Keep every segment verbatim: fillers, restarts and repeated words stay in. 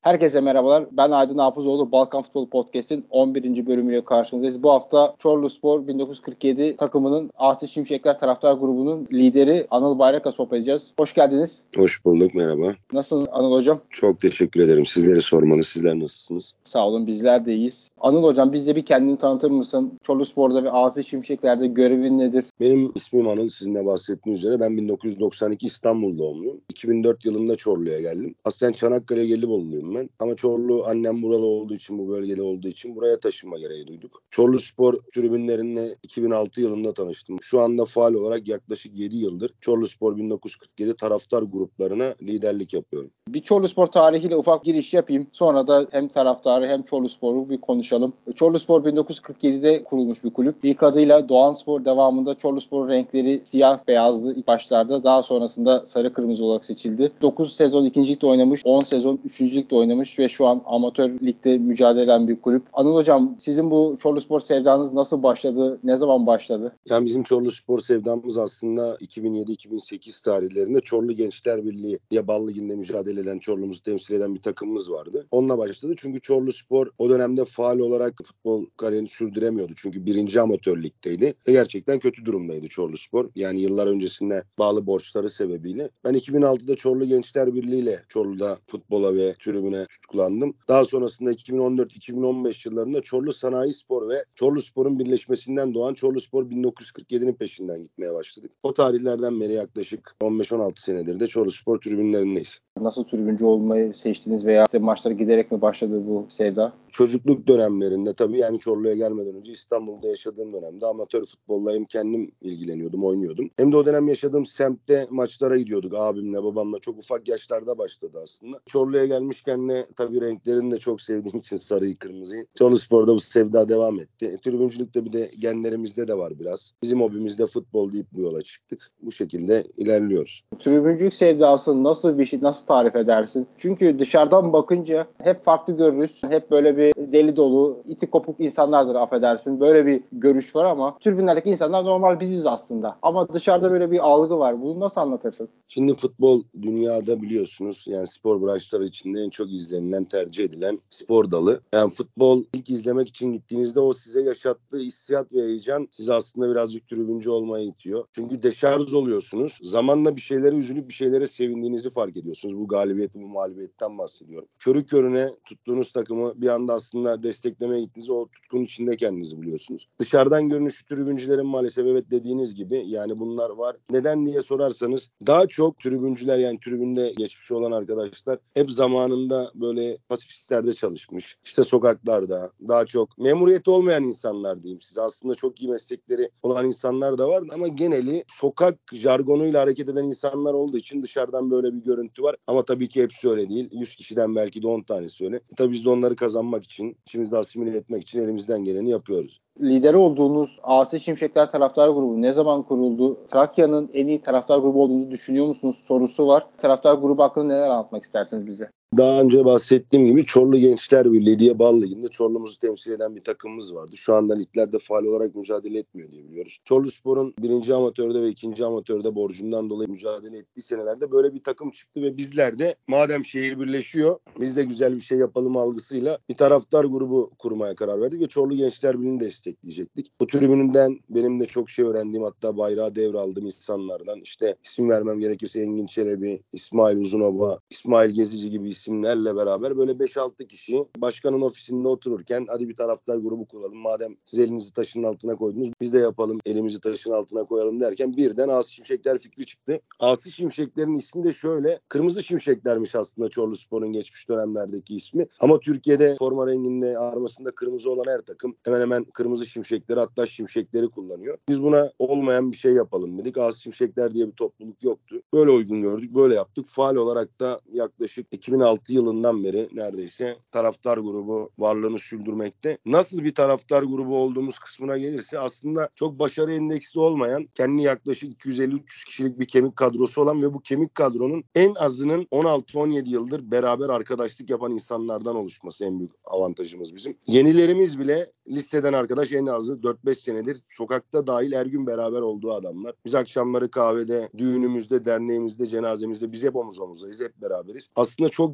Herkese merhabalar. Ben Aydın Hafızoğlu. Balkan Futbol Podcast'in on birinci bölümüyle karşınızdayız. Bu hafta Çorluspor bin dokuz yüz kırk yedi takımının Asil Şimşekler taraftar grubunun lideri Anıl Bayrak'la sohbet edeceğiz. Hoş geldiniz. Hoş bulduk, merhaba. Nasılsın Anıl Hocam? Çok teşekkür ederim. Sizleri sormalı. Sizler nasılsınız? Sağ olun, bizler de iyiyiz. Anıl Hocam, bizde bir kendini tanıtır mısın? Çorluspor'da ve Asil Şimşekler'de görevin nedir? Benim ismim Anıl. Sizin de bahsettiğiniz üzere ben bin dokuz yüz doksan iki İstanbul doğumluyum. iki bin dört yılında Çorlu'ya geldim. Aslen Çanakkale Gelibolu'luyum ben. Ama Çorlu annem buralı olduğu için, bu bölgede olduğu için buraya taşınma gereği duyduk. Çorluspor tribünlerinle iki bin altı yılında tanıştım. Şu anda faal olarak yaklaşık yedi yıldır Çorluspor bin dokuz yüz kırk yedi taraftar gruplarına liderlik yapıyorum. Bir Çorluspor tarihiyle ufak giriş yapayım. Sonra da hem taraftarı hem Çorluspor'u bir konuşalım. Çorluspor bin dokuz yüz kırk yedide kurulmuş bir kulüp. İlk adıyla Doğanspor, devamında Çorluspor renkleri siyah beyazdı ilk başlarda. Daha sonrasında sarı kırmızı olarak seçildi. dokuz sezon ikinci ligde oynamış, on sezon üçüncü ligde oynamış ve şu an amatör ligde mücadele eden bir kulüp. Anıl Hocam, sizin bu Çorluspor sevdanız nasıl başladı? Ne zaman başladı? Yani bizim Çorluspor sevdamız aslında iki bin yedi iki bin sekiz tarihlerinde Çorlu Gençler Birliği diye Bal Ligi'nde mücadele eden, Çorlu'muzu temsil eden bir takımımız vardı. Onunla başladı. Çünkü Çorluspor o dönemde faal olarak futbol kariyerini sürdüremiyordu. Çünkü birinci amatör ligdeydi ve gerçekten kötü durumdaydı Çorluspor. Yani yıllar öncesinde bağlı borçları sebebiyle. Ben iki bin altıda Çorlu Gençler Birliği ile Çorlu'da futbola ve tribüne tutkulandım. Daha sonrasında iki bin on dört iki bin on beş yıllarında Çorlu Sanayi Spor ve Çorluspor'un birleşmesinden doğan Çorluspor bin dokuz yüz kırk yedinin peşinden gitmeye başladık. O tarihlerden beri yaklaşık on beş on altı senedir de Çorluspor tribünlerindeyiz. Nasıl tribüncü olmayı seçtiniz veya işte maçlara giderek mi başladı bu sevda? Çocukluk dönemlerinde tabii, yani Çorlu'ya gelmeden önce İstanbul'da yaşadığım dönemde amatör futbolla hem kendim ilgileniyordum, oynuyordum. Hem de o dönem yaşadığım semtte maçlara gidiyorduk abimle, babamla. Çok ufak yaşlarda başladı aslında. Çorlu'ya gelmişken de tabii renklerini de çok sevdiğim için, sarıyı, kırmızıyı. Çorluspor'da bu sevda devam etti. E, tribüncülükte bir de genlerimizde de var biraz. Bizim hobimizde futbol deyip bu yola çıktık. Bu şekilde ilerliyoruz. Tribüncülük sevdası nasıl bir şey, nasıl tarif edersin? Çünkü dışarıdan bakınca hep farklı görürüz. Hep böyle bir deli dolu, iti kopuk insanlardır, affedersin. Böyle bir görüş var ama tribünlerdeki insanlar normal biziz aslında. Ama dışarıda böyle bir algı var. Bunu nasıl anlatırsın? Şimdi futbol dünyada biliyorsunuz, yani spor branşları içinde en çok izlenilen, tercih edilen spor dalı. Yani futbol ilk izlemek için gittiğinizde o size yaşattığı hissiyat ve heyecan sizi aslında birazcık tribüncü olmaya itiyor. Çünkü deşarj oluyorsunuz. Zamanla bir şeylere üzülüp bir şeylere sevindiğinizi fark ediyorsunuz. Bu galibiyeti, bu mağlubiyetten bahsediyorum. Körü körüne tuttuğunuz takımı bir anda aslında desteklemeye gittiğinizde o tutkunun içinde kendinizi buluyorsunuz. Dışarıdan görünüşü tribüncülerin maalesef evet dediğiniz gibi, yani bunlar var. Neden diye sorarsanız, daha çok tribüncüler, yani tribünde geçmiş olan arkadaşlar hep zamanında böyle pasifistlerde çalışmış. İşte sokaklarda daha çok memuriyeti olmayan insanlar diyeyim size. Aslında çok iyi meslekleri olan insanlar da var ama geneli sokak jargonuyla hareket eden insanlar olduğu için dışarıdan böyle bir görüntü var. Ama tabii ki hepsi öyle değil. yüz kişiden belki de on tanesi öyle. E tabii biz de onları kazanmak için, içimizde asimile etmek için elimizden geleni yapıyoruz. Lideri olduğunuz Asil Şimşekler taraftar grubu ne zaman kuruldu? Trakya'nın en iyi taraftar grubu olduğunu düşünüyor musunuz sorusu var. Taraftar grubu hakkında neler anlatmak istersiniz bize? Daha önce bahsettiğim gibi Çorlu Gençler Birliği diye Bal Ligi'nde Çorlu'muzu temsil eden bir takımımız vardı. Şu anda liglerde faal olarak mücadele etmiyor diye biliyoruz. Çorluspor'un birinci amatörde ve ikinci amatörde borcundan dolayı mücadele ettiği senelerde böyle bir takım çıktı ve bizler de madem şehir birleşiyor, biz de güzel bir şey yapalım algısıyla bir taraftar grubu kurmaya karar verdik ve Çorlu Gençler Birliği'ni destekleyecektik. Bu tribününden benim de çok şey öğrendiğim, hatta bayrağı devraldığım insanlardan, işte isim vermem gerekirse Engin Çelebi, İsmail Uzunoba, İsmail Gezici gibi isimlerle beraber böyle beş altı kişi başkanın ofisinde otururken hadi bir taraftar grubu kuralım. Madem siz elinizi taşın altına koydunuz, biz de yapalım, elimizi taşın altına koyalım derken birden Asil Şimşekler fikri çıktı. Asil Şimşeklerin ismi de şöyle, Kırmızı Şimşeklermiş aslında Çorluspor'un geçmiş dönemlerdeki ismi. Ama Türkiye'de forma renginde, armasında kırmızı olan her takım hemen hemen Kırmızı Şimşekleri, hatta Şimşekleri kullanıyor. Biz buna olmayan bir şey yapalım dedik. Asil Şimşekler diye bir topluluk yoktu. Böyle uygun gördük, böyle yaptık. Faal olarak da yaklaşık iki bin altı yılından beri neredeyse taraftar grubu varlığını sürdürmekte. Nasıl bir taraftar grubu olduğumuz kısmına gelirse, aslında çok başarı endeksli olmayan, kendi yaklaşık iki yüz elli üç yüz kişilik bir kemik kadrosu olan ve bu kemik kadronun en azının on altı on yedi yıldır beraber arkadaşlık yapan insanlardan oluşması en büyük avantajımız bizim. Yenilerimiz bile liseden arkadaş, en azı dört beş senedir sokakta dahil her gün beraber olduğu adamlar. Biz akşamları kahvede, düğünümüzde, derneğimizde, cenazemizde biz hep omuz omuzdayız, hep beraberiz. Aslında çok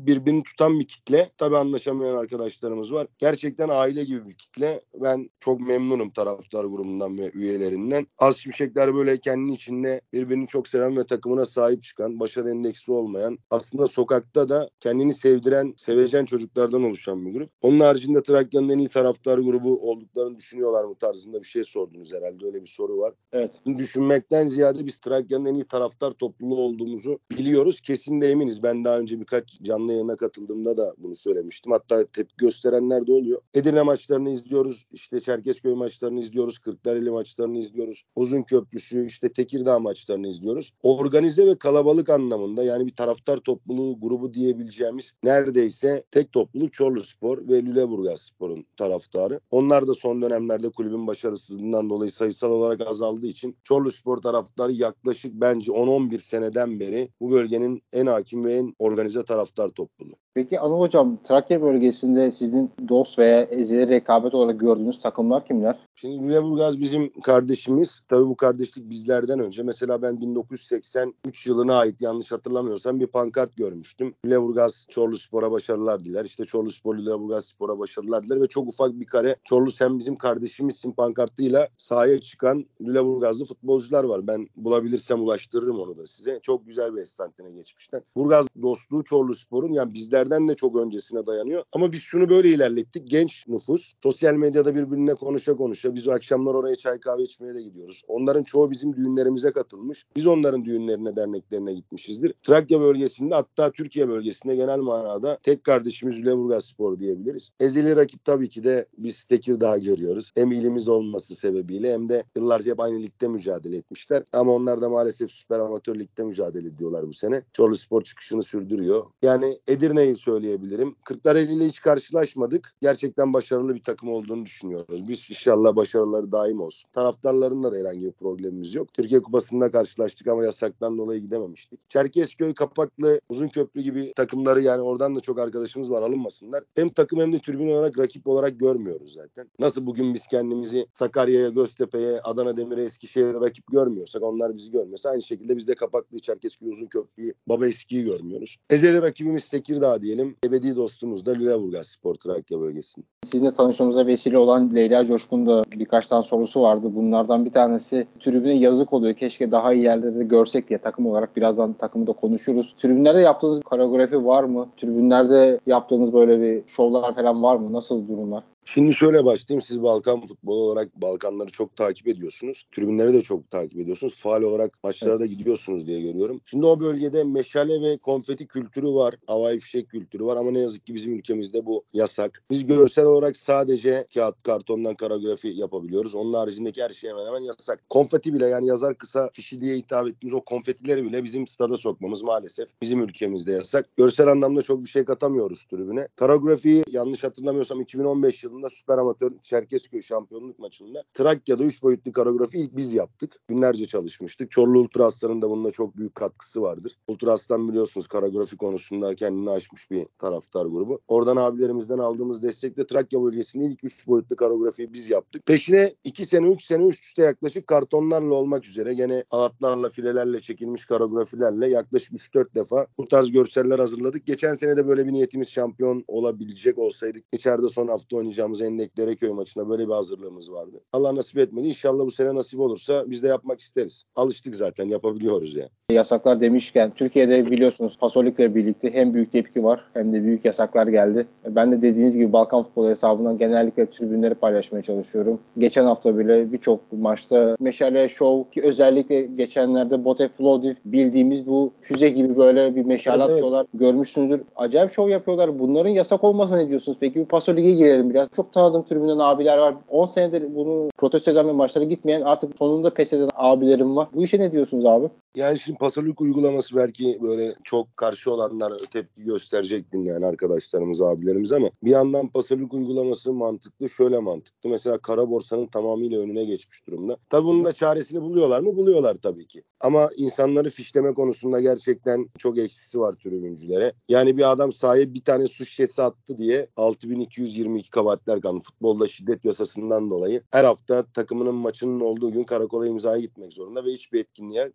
çok birbirini tutan bir kitle. Tabii anlaşamayan arkadaşlarımız var. Gerçekten aile gibi bir kitle. Ben çok memnunum taraftar grubundan ve üyelerinden. Az Şimşekler böyle kendi içinde birbirini çok seven ve takımına sahip çıkan, başarı endeksi olmayan, aslında sokakta da kendini sevdiren, sevecen çocuklardan oluşan bir grup. Onun haricinde Trakya'nın en iyi taraftar grubu olduklarını düşünüyorlar mı tarzında bir şey sordunuz herhalde. Öyle bir soru var. Evet. Düşünmekten ziyade biz Trakya'nın en iyi taraftar topluluğu olduğumuzu biliyoruz. Kesin de eminiz. Ben daha önce birkaç canlı yayına katıldığımda da bunu söylemiştim. Hatta tepki gösterenler de oluyor. Edirne maçlarını izliyoruz. İşte Çerkezköy maçlarını izliyoruz. Kırklareli maçlarını izliyoruz. Uzunköprüsü, işte Tekirdağ maçlarını izliyoruz. Organize ve kalabalık anlamında, yani bir taraftar topluluğu grubu diyebileceğimiz neredeyse tek topluluk Çorluspor ve Lüleburgazspor'un taraftarı. Onlar da son dönemlerde kulübün başarısızlığından dolayı sayısal olarak azaldığı için Çorluspor taraftarı yaklaşık bence on on bir seneden beri bu bölgenin en hakim ve en organize taraftar topluluğu. Peki Anıl Hocam, Trakya bölgesinde sizin dost veya ezeli rekabet olarak gördüğünüz takımlar kimler? Şimdi Lüleburgaz bizim kardeşimiz. Tabii bu kardeşlik bizlerden önce. Mesela ben bin dokuz yüz seksen üç yılına ait, yanlış hatırlamıyorsam, bir pankart görmüştüm. Lüleburgaz Çorluspor'a başarılar diler. İşte Çorluspor Lüleburgazspor'a başarılar diler ve çok ufak bir kare "Çorlu sen bizim kardeşimizsin" pankartıyla sahaya çıkan Lüleburgazlı futbolcular var. Ben bulabilirsem ulaştırırım onu da size. Çok güzel bir estantine geçmişler. Burgaz dostluğu Çorluspor'un yani bizlerden de çok öncesine dayanıyor. Ama biz şunu böyle ilerlettik. Genç nüfus sosyal medyada birbirine konuşa konuşa, biz o akşamlar oraya çay kahve içmeye de gidiyoruz. Onların çoğu bizim düğünlerimize katılmış. Biz onların düğünlerine, derneklerine gitmişizdir. Trakya bölgesinde, hatta Türkiye bölgesinde genel manada tek kardeşimiz Lüleburgazspor diyebiliriz. Ezeli rakip tabii ki de biz Tekirdağ görüyoruz. Hem ilimiz olması sebebiyle hem de yıllarca hep aynı ligde mücadele etmişler. Ama onlar da maalesef süper amatör ligde mücadele ediyorlar bu sene. Çorluspor çıkışını sürdürüyor. Yani Edirne'yi söyleyebilirim. Kırklareli ile hiç karşılaşmadık. Gerçekten başarılı bir takım olduğunu düşünüyoruz. Biz inşallah başarıları daim olsun. Taraftarlarında da herhangi bir problemimiz yok. Türkiye Kupası'nda karşılaştık ama yasaktan dolayı gidememiştik. Çerkezköy, Kapaklı, Uzunköprü gibi takımları, yani oradan da çok arkadaşımız var, alınmasınlar. Hem takım hem de tribün olarak rakip olarak görmüyoruz zaten. Nasıl bugün biz kendimizi Sakarya'ya, Göztepe'ye, Adana Demir'e, Eskişehir'e rakip görmüyorsak, onlar bizi görmüyorsa, aynı şekilde biz de Kapaklı'yı, Çerkezköy'ü, Uzunköprü'yü, Baba Eski'yi görmüyoruz. Ezeli rakibimiz Tekirdağ diyelim. Ebedi dostumuz da Lüleburgazspor Trakya bölgesinde. Sizinle tanışmamıza vesile olan Leyla Coşkun'un da birkaç tane sorusu vardı. Bunlardan bir tanesi, tribüne yazık oluyor, keşke daha iyi yerlerde de görsek diye. Takım olarak birazdan takımı da konuşuruz. Tribünlerde yaptığınız koreografi var mı? Tribünlerde yaptığınız böyle bir şovlar falan var mı? Nasıl durumlar? Şimdi şöyle başlayayım. Siz Balkan futbolu olarak Balkanları çok takip ediyorsunuz. Tribünleri de çok takip ediyorsunuz. Faal olarak maçlara da gidiyorsunuz diye görüyorum. Şimdi o bölgede meşale ve konfeti kültürü var. Havai fişek kültürü var ama ne yazık ki bizim ülkemizde bu yasak. Biz görsel olarak sadece kağıt, kartondan koreografi yapabiliyoruz. Onun haricindeki her şey hemen hemen yasak. Konfeti bile, yani yazar kısa fişi diye hitap ettiğimiz o konfetileri bile bizim stada sokmamız maalesef bizim ülkemizde yasak. Görsel anlamda çok bir şey katamıyoruz tribüne. Koreografiyi yanlış hatırlamıyorsam iki bin on beş yılında Süper Amatör Çerkezköy şampiyonluk maçında Trakya'da üç boyutlu koreografi ilk biz yaptık. Günlerce çalışmıştık. Çorlu Ultra Aslan'ın da bununla çok büyük katkısı vardır. Ultra Aslan biliyorsunuz koreografi konusunda kendini aşmış bir taraftar grubu. Oradan abilerimizden aldığımız destekle Trakya bölgesinde ilk üç boyutlu koreografiyi biz yaptık. Peşine iki sene üç sene üst üste yaklaşık kartonlarla olmak üzere gene ağıtlarla, filelerle çekilmiş koreografilerle yaklaşık üç dört defa bu tarz görseller hazırladık. Geçen sene de böyle bir niyetimiz, şampiyon olabilecek olsaydık içeride son hafta oynayacağımız Endek Dereköy maçına böyle bir hazırlığımız vardı. Allah nasip etmedi. İnşallah bu sene nasip olursa biz de yapmak isteriz. Alıştık zaten, yapabiliyoruz yani. Yasaklar demişken, Türkiye'de biliyorsunuz Pasolik'le birlikte hem büyük tepki var hem de büyük yasaklar geldi. Ben de dediğiniz gibi Balkan futbolu hesabından genellikle tribünleri paylaşmaya çalışıyorum. Geçen hafta bile birçok maçta meşale şov, ki özellikle geçenlerde Boteflodiv bildiğimiz bu füze gibi böyle bir meşale Evet, evet. atıyorlar. Görmüşsünüzdür. Acayip şov yapıyorlar. Bunların yasak olmasına ne diyorsunuz? Peki bu Pasolik'e girelim biraz. Çok tanıdığım tribünden abiler var. on senedir bunu protesto eden ve maçlara gitmeyen, artık sonunda pes eden abilerim var. Bu işe ne diyorsunuz abi? Yani şimdi Pasolik uygulaması, belki böyle çok karşı olanlar tepki gösterecek dinleyen arkadaşlarımız, abilerimiz, ama bir yandan Pasolik uygulaması mantıklı, şöyle mantıklı. Mesela kara borsanın tamamıyla önüne geçmiş durumda. Tabii bunun da çaresini buluyorlar mı? Buluyorlar tabii ki. Ama insanları fişleme konusunda gerçekten çok eksisi var tribüncülere. Yani bir adam sahaya bir tane su şişesi attı diye altı bin iki yüz yirmi iki kabahatler kanun. Futbolda şiddet yasasından dolayı her hafta takımının maçının olduğu gün karakola imzaya gitmek zorunda ve hiçbir etkinliğe katılamıyor.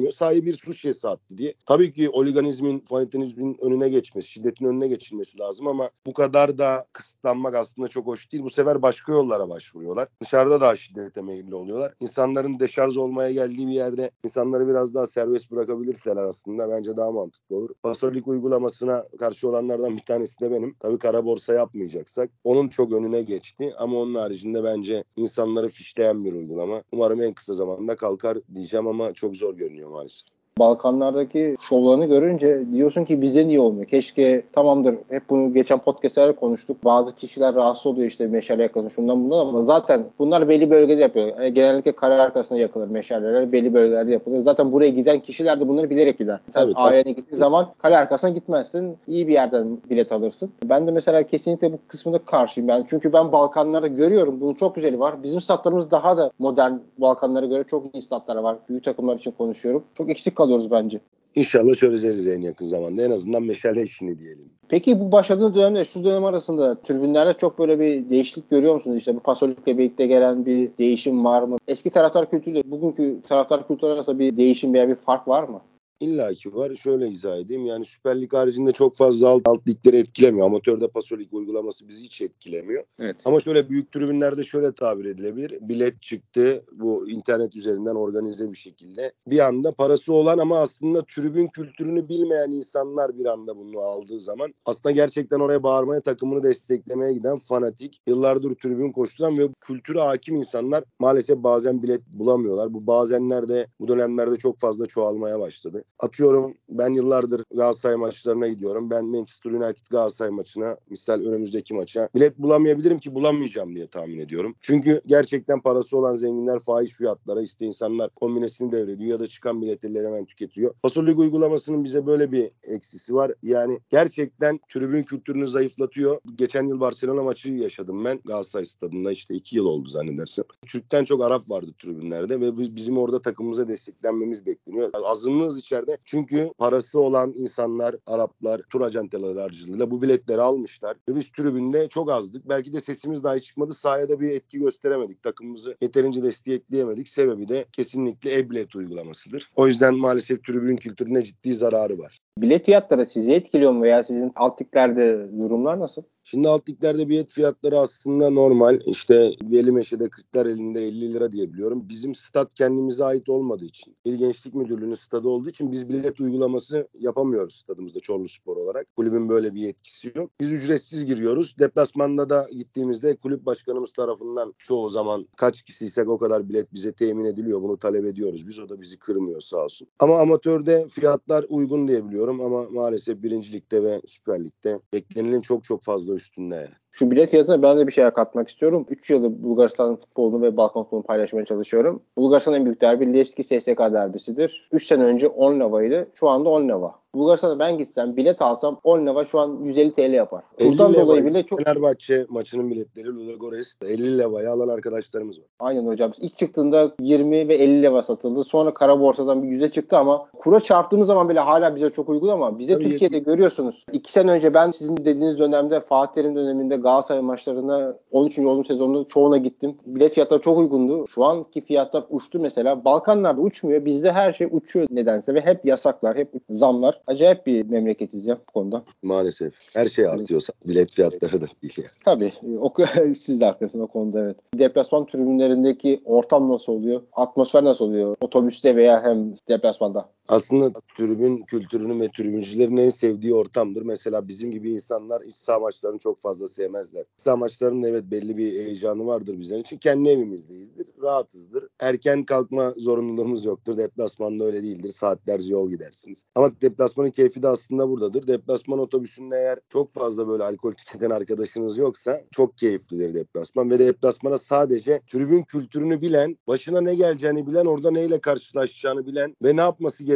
kullanmıyor. Sahi bir suç şişesi attı diye. Tabii ki oliganizmin, fanatizmin önüne geçmesi, şiddetin önüne geçilmesi lazım ama bu kadar da kısıtlanmak aslında çok hoş değil. Bu sefer başka yollara başvuruyorlar. Dışarıda daha şiddete meyilli oluyorlar. İnsanların deşarj olmaya geldiği bir yerde insanları biraz daha serbest bırakabilirseler aslında bence daha mantıklı olur. Pasolik uygulamasına karşı olanlardan bir tanesi de benim. Tabii kara borsa yapmayacaksak onun çok önüne geçti ama onun haricinde bence insanları fişleyen bir uygulama. Umarım en kısa zamanda kalkar diyeceğim ama çok zor görünüyor maalesef. Balkanlardaki şovlarını görünce diyorsun ki bize niye olmuyor? Keşke, tamamdır, hep bunu geçen podcastlerde konuştuk. Bazı kişiler rahatsız oluyor işte meşale yakılır şundan bundan ama zaten bunlar belli bölgede yapıyor. Yani genellikle kare arkasına yakılır meşaleler. Belli bölgelerde yapılır. Zaten buraya giden kişiler de bunları bilerek gider. Sen Tabii, ailene tabii. gittiğin zaman kale arkasına gitmezsin. İyi bir yerden bilet alırsın. Ben de mesela kesinlikle bu kısmında karşıyım. Yani çünkü ben Balkanlarda görüyorum. Bunun çok güzeli var. Bizim statlarımız daha da modern, Balkanlara göre çok iyi statları var. Büyük takımlar için konuşuyorum. Çok eksik kalıyoruz bence. İnşallah çözeriz en yakın zamanda. En azından meşale işini diyelim. Peki bu başladığınız dönemle şu dönem arasında tribünlerde çok böyle bir değişiklik görüyor musunuz? İşte bu Pasolik'le birlikte gelen bir değişim var mı? Eski taraftar kültürüyle bugünkü taraftar kültürü arasında bir değişim veya bir fark var mı? İlla ki var. Şöyle izah edeyim. Yani Süper Lig haricinde çok fazla alt, alt ligleri etkilemiyor. Amatörde Pasolik uygulaması bizi hiç etkilemiyor. Evet. Ama şöyle büyük tribünlerde şöyle tabir edilebilir. Bilet çıktı bu internet üzerinden organize bir şekilde. Bir anda parası olan ama aslında tribün kültürünü bilmeyen insanlar bir anda bunu aldığı zaman aslında gerçekten oraya bağırmaya, takımını desteklemeye giden fanatik, yıllardır tribün koşturan ve kültüre hakim insanlar maalesef bazen bilet bulamıyorlar. Bu bazenler de bu dönemlerde çok fazla çoğalmaya başladı. Atıyorum ben yıllardır Galatasaray maçlarına gidiyorum. Ben Manchester United Galatasaray maçına, misal önümüzdeki maça bilet bulamayabilirim ki bulamayacağım diye tahmin ediyorum. Çünkü gerçekten parası olan zenginler fahiş fiyatlara, işte insanlar kombinesini devrediyor ya da çıkan biletleri hemen tüketiyor. Pasolik uygulamasının bize böyle bir eksisi var. Yani gerçekten tribün kültürünü zayıflatıyor. Geçen yıl Barcelona maçı yaşadım ben Galatasaray stadında, işte iki yıl oldu zannedersem. Türk'ten çok Arap vardı tribünlerde ve biz, bizim orada takımımıza desteklenmemiz bekleniyor. Azınlığız içeride çünkü parası olan insanlar, Araplar, tur ajantaları aracılığıyla bu biletleri almışlar ve biz tribünde çok azdık. Belki de sesimiz dahi çıkmadı. Sahaya da bir etki gösteremedik. Takımımızı yeterince destekleyemedik. Sebebi de kesinlikle e-bilet uygulamasıdır. O yüzden maalesef tribün kültürüne ciddi zararı var. Bilet fiyatları sizi etkiliyor mu veya sizin alt liglerde durumlar nasıl? Şimdi alt liglerde bilet fiyatları aslında normal. İşte Velimeşe'de kırklar elinde elli lira diye biliyorum. Bizim stat kendimize ait olmadığı için, İl Gençlik Müdürlüğü'nün stadı olduğu için biz bilet uygulaması yapamıyoruz stadımızda Çorluspor olarak. Kulübün böyle bir yetkisi yok. Biz ücretsiz giriyoruz. Deplasmanda da gittiğimizde kulüp başkanımız tarafından çoğu zaman kaç kişiysek o kadar bilet bize temin ediliyor. Bunu talep ediyoruz. Biz o da bizi kırmıyor sağ olsun. Ama amatörde fiyatlar uygun diye biliyorum ama maalesef birinci Lig'de ve Süper Lig'de beklenilen çok çok fazla üstünde yani. Şu bilet fiyatına ben de bir şeye katmak istiyorum. üç yıldır Bulgaristan futbolunu ve Balkan futbolunu paylaşmaya çalışıyorum. Bulgaristan'ın en büyük derbi Levski S S K derbisidir. üç sene önce on levaydı. Şu anda on leva. Bulgaristan'a ben gitsem bilet alsam on leva şu an yüz elli TL yapar. Kurdan dolayı bile çok... Fenerbahçe maçının biletleri Ludogorets elli levaya alan arkadaşlarımız var. Aynen hocam. İlk çıktığında yirmi ve elli leva satıldı. Sonra kara borsadan bir yüze çıktı ama kura çarptığımız zaman bile hala bize çok uygun ama bize Tabii Türkiye'de yet- görüyorsunuz. iki sene önce ben sizin dediğiniz dönemde Fatih Terim döneminde Galatasaray maçlarına on üçüncü olduğum sezonda çoğuna gittim. Bilet fiyatları çok uygundu. Şu anki fiyatlar uçtu mesela. Balkanlarda uçmuyor. Bizde her şey uçuyor nedense ve hep yasaklar, hep zamlar. Acayip bir memleketiz ya bu konuda. Maalesef. Her şey artıyorsa bilet fiyatları da değil. Yani. Tabii. O, siz de haklısınız o konuda, evet. Deplasman tribünlerindeki ortam nasıl oluyor? Atmosfer nasıl oluyor? Otobüste veya hem deplasmanda. Aslında tribün kültürünün ve tribüncülerin en sevdiği ortamdır. Mesela bizim gibi insanlar iç saha maçlarını çok fazla sevmezler. İç saha maçlarının evet belli bir heyecanı vardır bizler için. Kendi evimizdeyizdir. Rahatızdır. Erken kalkma zorunluluğumuz yoktur. Deplasmanda öyle değildir. Saatlerce yol gidersiniz. Ama deplasmanın keyfi de aslında buradadır. Deplasman otobüsünde eğer çok fazla böyle alkol tüketen arkadaşınız yoksa çok keyiflidir deplasman. Ve deplasmana sadece tribün kültürünü bilen, başına ne geleceğini bilen, orada neyle karşılaşacağını bilen ve ne yapması gerektiğini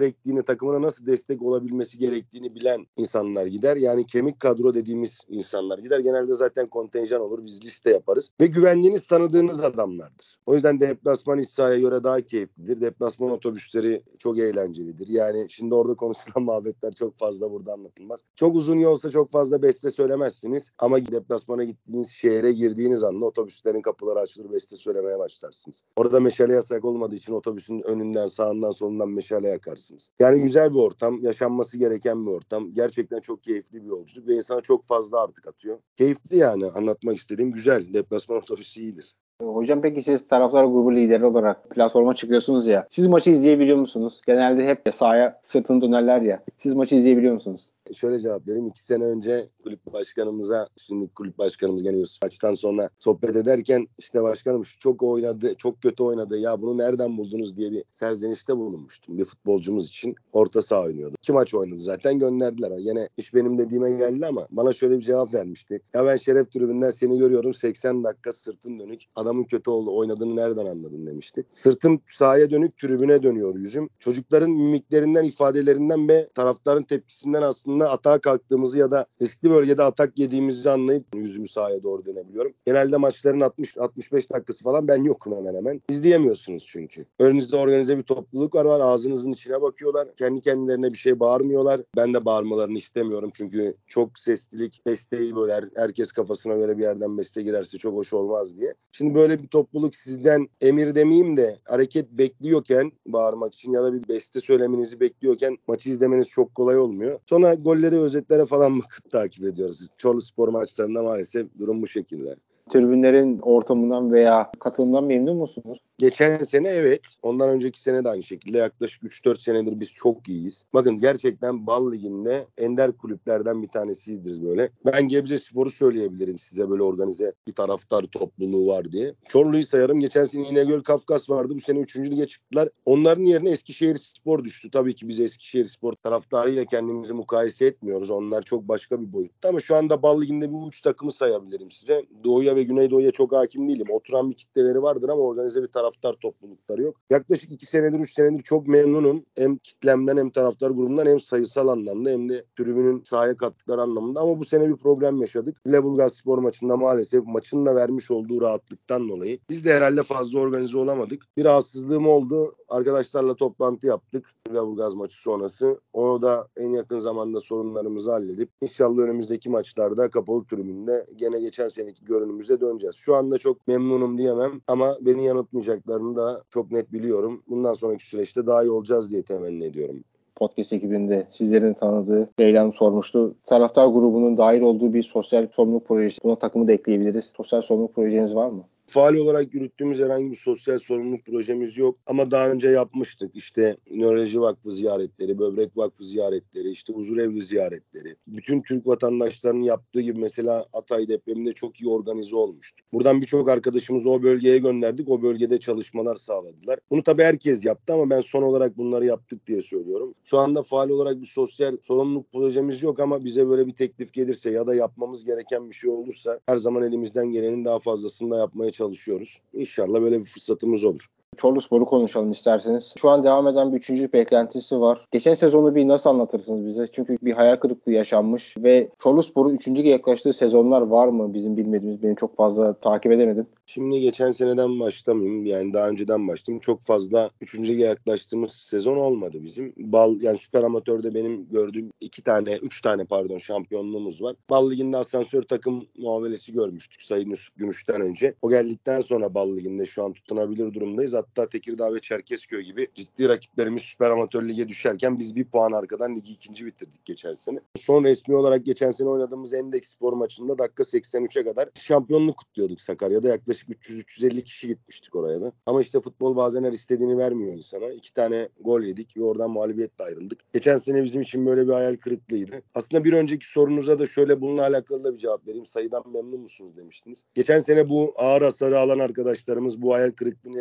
gerektiğini, takımına nasıl destek olabilmesi gerektiğini bilen insanlar gider. Yani kemik kadro dediğimiz insanlar gider. Genelde zaten kontenjan olur. Biz liste yaparız. Ve güvendiğiniz, tanıdığınız adamlardır. O yüzden deplasman iç sahaya göre daha keyiflidir. Deplasman otobüsleri çok eğlencelidir. Yani şimdi orada konuşulan muhabbetler çok fazla burada anlatılmaz. Çok uzun yolsa çok fazla beste söylemezsiniz. Ama deplasmana gittiğiniz şehre girdiğiniz anda otobüslerin kapıları açılır, beste söylemeye başlarsınız. Orada meşale yasak olmadığı için otobüsün önünden, sağından, solundan meşale yakarsınız. Yani güzel bir ortam, yaşanması gereken bir ortam. Gerçekten çok keyifli bir yolculuk ve insana çok fazla artık atıyor. Keyifli yani, anlatmak istediğim güzel. Deplasman otobüsü iyidir. Hocam peki siz taraftar grubu lideri olarak platforma çıkıyorsunuz ya. Siz maçı izleyebiliyor musunuz? Genelde hep sahaya sırtını dönerler ya. Siz maçı izleyebiliyor musunuz? Şöyle cevap vereyim. İki sene önce kulüp başkanımıza, şimdi kulüp başkanımız gene Yusuf maçtan sonra sohbet ederken işte başkanım şu çok oynadı, çok kötü oynadı. Ya bunu nereden buldunuz diye bir serzenişte bulunmuştum. Bir futbolcumuz için orta saha oynuyordu. İki maç oynadı zaten, gönderdiler. Yine iş benim dediğime geldi ama bana şöyle bir cevap vermişti. Ya ben şeref tribünden seni görüyorum, seksen dakika sırtın dönük. Adamın kötü oldu, oynadığını nereden anladın demişti. Sırtım sahaya dönük, tribüne dönüyor yüzüm. Çocukların mimiklerinden, ifadelerinden ve taraftarın tepkisinden aslında atağa kalktığımızı ya da riskli bölgede atak yediğimizi anlayıp yüzümü sahaya doğru dönebiliyorum. Genelde maçların altmış altmış beş dakikası falan ben yokum hemen hemen. İzleyemiyorsunuz çünkü. Önünüzde organize bir topluluk var, var. Ağzınızın içine bakıyorlar. Kendi kendilerine bir şey bağırmıyorlar. Ben de bağırmalarını istemiyorum çünkü çok seslilik besteyi böler. Herkes kafasına göre bir yerden beste girerse çok hoş olmaz diye. Şimdi böyle bir topluluk sizden emir demeyeyim de hareket bekliyorken bağırmak için ya da bir beste söylemenizi bekliyorken maçı izlemeniz çok kolay olmuyor. Sonra golleri, özetlere falan bakıp takip ediyoruz. Çorluspor maçlarında maalesef durum bu şekilde. Tribünlerin ortamından veya katılımdan memnun musunuz? Geçen sene evet. Ondan önceki sene de aynı şekilde. Yaklaşık üç dört senedir biz çok iyiyiz. Bakın gerçekten Bal Ligi'nde ender kulüplerden bir tanesiyizdir böyle. Ben Gebzespor'u söyleyebilirim size, böyle organize bir taraftar topluluğu var diye. Çorlu'yu sayarım. Geçen sene İnegöl Kafkas vardı. Bu sene üçüncü lige çıktılar. Onların yerine Eskişehirspor düştü. Tabii ki biz Eskişehirspor taraftarıyla kendimizi mukayese etmiyoruz. Onlar çok başka bir boyutta. Ama şu anda Bal Ligi'nde bu üç takımı sayabilirim size. Doğu'ya ve Güneydoğu'ya çok hakim değilim. Oturan bir kitleleri vardır ama organize bir taraftar toplulukları yok. Yaklaşık iki senedir, üç senedir çok memnunum. Hem kitlemden hem taraftar grubundan hem sayısal anlamda hem de tribünün sahaya kattıkları anlamında. Ama bu sene bir problem yaşadık. Lüleburgazspor maçında maalesef maçın da vermiş olduğu rahatlıktan dolayı biz de herhalde fazla organize olamadık. Bir rahatsızlığım oldu. Arkadaşlarla toplantı yaptık Lüleburgaz maçı sonrası. Onu da en yakın zamanda sorunlarımızı halledip inşallah önümüzdeki maçlarda kapalı tribünde gene geçen seneki görünümüze döneceğiz. Şu anda çok memnunum diyemem ama beni yanıltmayacaklarını da çok net biliyorum. Bundan sonraki süreçte daha iyi olacağız diye temenni ediyorum. Podcast ekibinde sizlerin tanıdığı Leyla Hanım sormuştu. Taraftar grubunun dahil olduğu bir sosyal sorumluluk projesi. Buna takımı da ekleyebiliriz. Sosyal sorumluluk projeniz var mı? Faal olarak yürüttüğümüz herhangi bir sosyal sorumluluk projemiz yok. Ama daha önce yapmıştık. İşte Nöroloji Vakfı ziyaretleri, Böbrek Vakfı ziyaretleri, işte Huzurevli ziyaretleri. Bütün Türk vatandaşlarının yaptığı gibi mesela Hatay depreminde çok iyi organize olmuştu. Buradan birçok arkadaşımızı o bölgeye gönderdik. O bölgede çalışmalar sağladılar. Bunu tabii herkes yaptı ama ben son olarak bunları yaptık diye söylüyorum. Şu anda faal olarak bir sosyal sorumluluk projemiz yok ama bize böyle bir teklif gelirse ya da yapmamız gereken bir şey olursa her zaman elimizden gelenin daha fazlasını da yapmaya çalışıyoruz. İnşallah böyle bir fırsatımız olur. Çorluspor'u konuşalım isterseniz. Şu an devam eden bir üçüncü beklentisi var. Geçen sezonu bir nasıl anlatırsınız bize? Çünkü bir hayal kırıklığı yaşanmış ve Çorluspor'un üçüncü yaklaştığı sezonlar var mı bizim bilmediğimiz? Benim çok fazla takip edemedim. Şimdi geçen seneden başlamayayım. Yani daha önceden başladım. Çok fazla üçüncü lige yaklaştığımız sezon olmadı bizim. Bal, yani Süper Amatör'de benim gördüğüm iki tane, üç tane pardon şampiyonluğumuz var. Bal Ligi'nde asansör takım muamelesi görmüştük Sayın Yusuf Gümüş'ten önce. O geldikten sonra Bal Ligi'nde şu an tutunabilir durumdayız. Hatta Tekirdağ ve Çerkezköy gibi ciddi rakiplerimiz Süper Amatör Lig'e düşerken biz bir puan arkadan ligi ikinci bitirdik geçen sene. Son resmi olarak geçen sene oynadığımız Endeks Spor maçında dakika seksen üçe kadar şampiyonluk kutluyorduk Sakarya'da. Yaklaşık üç yüz üç yüz elli kişi gitmiştik oraya da. Ama işte futbol bazen her istediğini vermiyor insana. İki tane gol yedik ve oradan mağlubiyetle ayrıldık. Geçen sene bizim için böyle bir hayal kırıklığıydı. Aslında bir önceki sorunuza da şöyle bununla alakalı da bir cevap vereyim. Sayıdan memnun musunuz demiştiniz. Geçen sene bu ağır hasarı alan arkadaşlarımız, bu hayal kırıklığını yaşayan arkadaşlarımız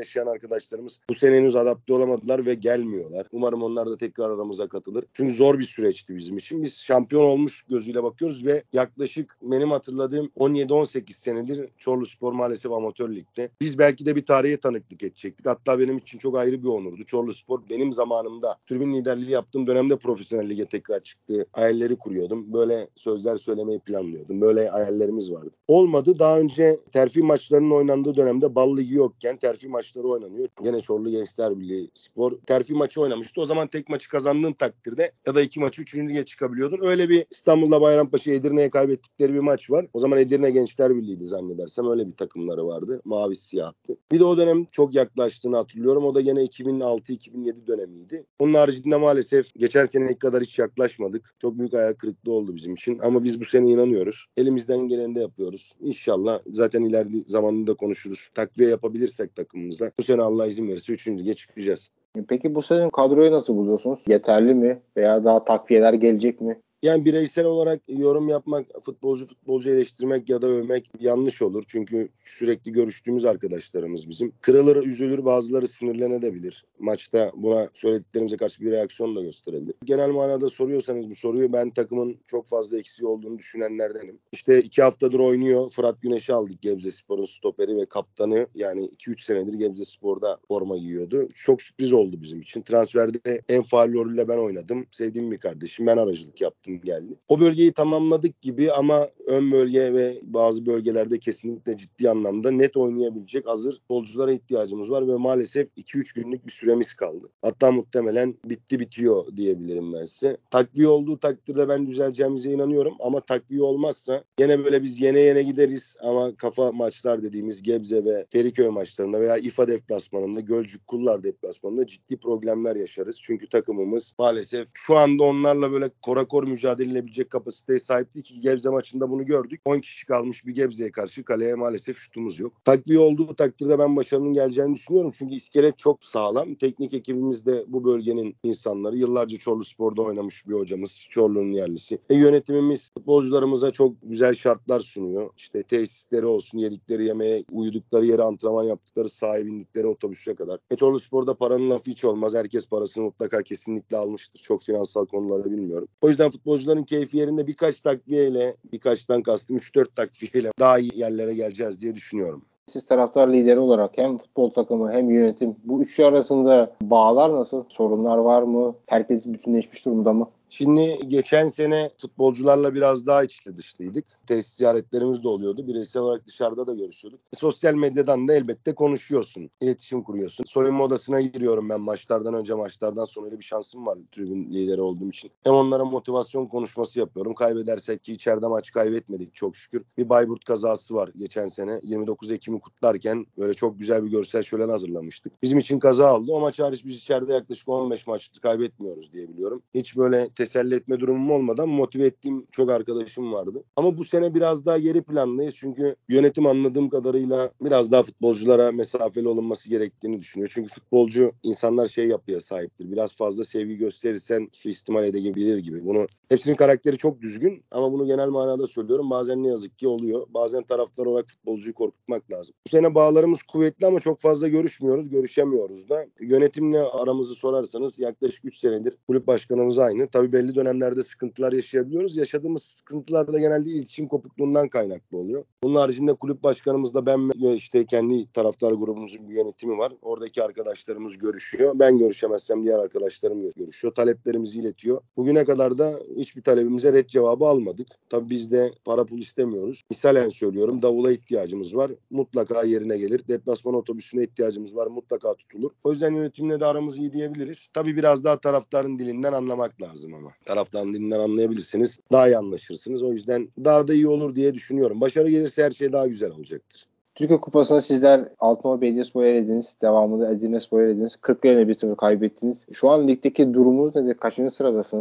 arkadaşlarımız bu sene henüz adapte olamadılar ve gelmiyorlar. Umarım onlar da tekrar aramıza katılır. Çünkü zor bir süreçti bizim için. Biz şampiyon olmuş gözüyle bakıyoruz ve yaklaşık benim hatırladığım on yedi on sekiz senedir Çorluspor maalesef amatör ligde. Biz belki de bir tarihe tanıklık edecektik. Hatta benim için çok ayrı bir onurdu. Çorluspor benim zamanımda tribün liderliği yaptığım dönemde profesyonel lige tekrar çıktı. Hayalleri kuruyordum. Böyle sözler söylemeyi planlıyordum. Böyle hayallerimiz vardı. Olmadı. Daha önce terfi maçlarının oynandığı dönemde Bal Ligi yokken terfi maçları oynanıyor. Gene Çorlu Gençler Birliği Spor terfi maçı oynamıştı. O zaman tek maçı kazandığın takdirde ya da iki maçı üçüncü lige çıkabiliyordun. Öyle bir İstanbul'da Bayrampaşa Edirne'ye kaybettikleri bir maç var. O zaman Edirne Gençler Birliği'ydi zannedersem. Öyle bir takımları vardı. Mavi siyahtı. Bir de o dönem çok yaklaştığını hatırlıyorum. O da gene iki bin altı iki bin yedi dönemiydi. Onun haricinde maalesef geçen seneki kadar hiç yaklaşmadık. Çok büyük ayak kırıklığı oldu bizim için. Ama biz bu sene inanıyoruz. Elimizden geleni de yapıyoruz. İnşallah zaten ileride zamanında konuşuruz. Takviye yapabilirsek takımımıza bu sene Allah izin verirse üçüncü lige çıkacağız. Peki bu sene kadroyu nasıl buluyorsunuz? Yeterli mi? Veya daha takviyeler gelecek mi? Yani bireysel olarak yorum yapmak, futbolcu futbolcu eleştirmek ya da övmek yanlış olur. Çünkü sürekli görüştüğümüz arkadaşlarımız bizim. Kırılır, üzülür, bazıları sinirlenebilir. Maçta buna söylediklerimize karşı bir reaksiyon da gösterebilir. Genel manada soruyorsanız bu soruyu, ben takımın çok fazla eksiği olduğunu düşünenlerdenim. İşte iki haftadır oynuyor. Fırat Güneş'i aldık, Gebzespor'un stoperi ve kaptanı. Yani iki üç senedir Gebzespor'da forma giyiyordu. Çok sürpriz oldu bizim için. Transferde en faal rolüyle ben oynadım. Sevdiğim bir kardeşim. Ben aracılık yaptım, geldi. O bölgeyi tamamladık gibi ama ön bölge ve bazı bölgelerde kesinlikle ciddi anlamda net oynayabilecek hazır futbolculara ihtiyacımız var ve maalesef iki üç günlük bir süremiz kaldı. Hatta muhtemelen bitti bitiyor diyebilirim ben size. Takviye olduğu takdirde ben düzeleceğimize inanıyorum ama takviye olmazsa gene böyle biz yene yene gideriz ama kafa maçlar dediğimiz Gebze ve Feriköy maçlarında veya İFA deplasmanında, Gölcük Kullar deplasmanında ciddi problemler yaşarız. Çünkü takımımız maalesef şu anda onlarla böyle korakor mücadele edilebilecek kapasiteye sahipti ki Gebze maçında bunu gördük. on kişi kalmış bir Gebze'ye karşı kaleye maalesef şutumuz yok. Takviye olduğu takdirde ben başarının geleceğini düşünüyorum. Çünkü iskelet çok sağlam. Teknik ekibimiz de bu bölgenin insanları. Yıllarca Çorluspor'da oynamış bir hocamız. Çorlu'nun yerlisi. E, yönetimimiz futbolcularımıza çok güzel şartlar sunuyor. İşte tesisleri olsun, yedikleri yemeğe, uyudukları yere, antrenman yaptıkları sahaya bindikleri otobüse kadar. E, Çorluspor'da paranın lafı hiç olmaz. Herkes parasını mutlaka kesinlikle almıştır. Çok finansal konuları bilmiyorum. O yüzden futbolcuların keyfi yerinde, birkaç takviyeyle, birkaçtan kastım üç dört takviyeyle daha iyi yerlere geleceğiz diye düşünüyorum. Siz taraftar lideri olarak hem futbol takımı hem yönetim, bu üçü arasında bağlar nasıl? Sorunlar var mı? Herkes bütünleşmiş durumda mı? Şimdi geçen sene futbolcularla biraz daha içli dışlıydık. Tesis ziyaretlerimiz de oluyordu. Bireysel olarak dışarıda da görüşüyorduk. E, sosyal medyadan da elbette konuşuyorsun. İletişim kuruyorsun. Soyunma odasına giriyorum ben maçlardan önce, maçlardan sonra. Öyle bir şansım var tribün lideri olduğum için. Hem onlara motivasyon konuşması yapıyorum. Kaybedersek, ki içeride maç kaybetmedik çok şükür. Bir Bayburt kazası var geçen sene. yirmi dokuz Ekim'i kutlarken böyle çok güzel bir görsel şölen hazırlamıştık. Bizim için kaza oldu. O maç hariç biz içeride yaklaşık on beş maçtır kaybetmiyoruz diye biliyorum. Hiç böyle teselli etme durumum olmadan motive ettiğim çok arkadaşım vardı. Ama bu sene biraz daha geri plandayız. Çünkü yönetim anladığım kadarıyla biraz daha futbolculara mesafeli olunması gerektiğini düşünüyor. Çünkü futbolcu insanlar şey yapıya sahiptir. Biraz fazla sevgi gösterirsen suistimal edebilir gibi. Bunu, hepsinin karakteri çok düzgün ama bunu genel manada söylüyorum. Bazen ne yazık ki oluyor. Bazen taraftar olarak futbolcuyu korkutmak lazım. Bu sene bağlarımız kuvvetli ama çok fazla görüşmüyoruz. Görüşemiyoruz da. Yönetimle aramızı sorarsanız yaklaşık üç senedir kulüp başkanımız aynı. Tabii belli dönemlerde sıkıntılar yaşayabiliyoruz. Yaşadığımız sıkıntılar da genelde iletişim kopukluğundan kaynaklı oluyor. Bunun haricinde kulüp başkanımızla ben ve işte kendi taraftar grubumuzun bir yönetimi var. Oradaki arkadaşlarımız görüşüyor. Ben görüşemezsem diğer arkadaşlarım görüşüyor. Taleplerimizi iletiyor. Bugüne kadar da hiçbir talebimize red cevabı almadık. Tabii biz de para pul istemiyoruz. Misalen söylüyorum, davula ihtiyacımız var. Mutlaka yerine gelir. Deplasman otobüsüne ihtiyacımız var. Mutlaka tutulur. O yüzden yönetimle de aramız iyi diyebiliriz. Tabii biraz daha taraftarın dilinden anlamak lazım ama. Taraftarın dilinden anlayabilirsiniz. Daha iyi anlaşırsınız. O yüzden daha da iyi olur diye düşünüyorum. Başarı gelirse her şey daha güzel olacaktır. Türkiye Kupası'nda sizler Altınoluk Belediyespor'u elediniz. Devamında Edirnespor'u elediniz. Kırklareli'ne bir sıfır kaybettiniz. Şu an ligdeki durumunuz nedir? Kaçıncı sıradasınız?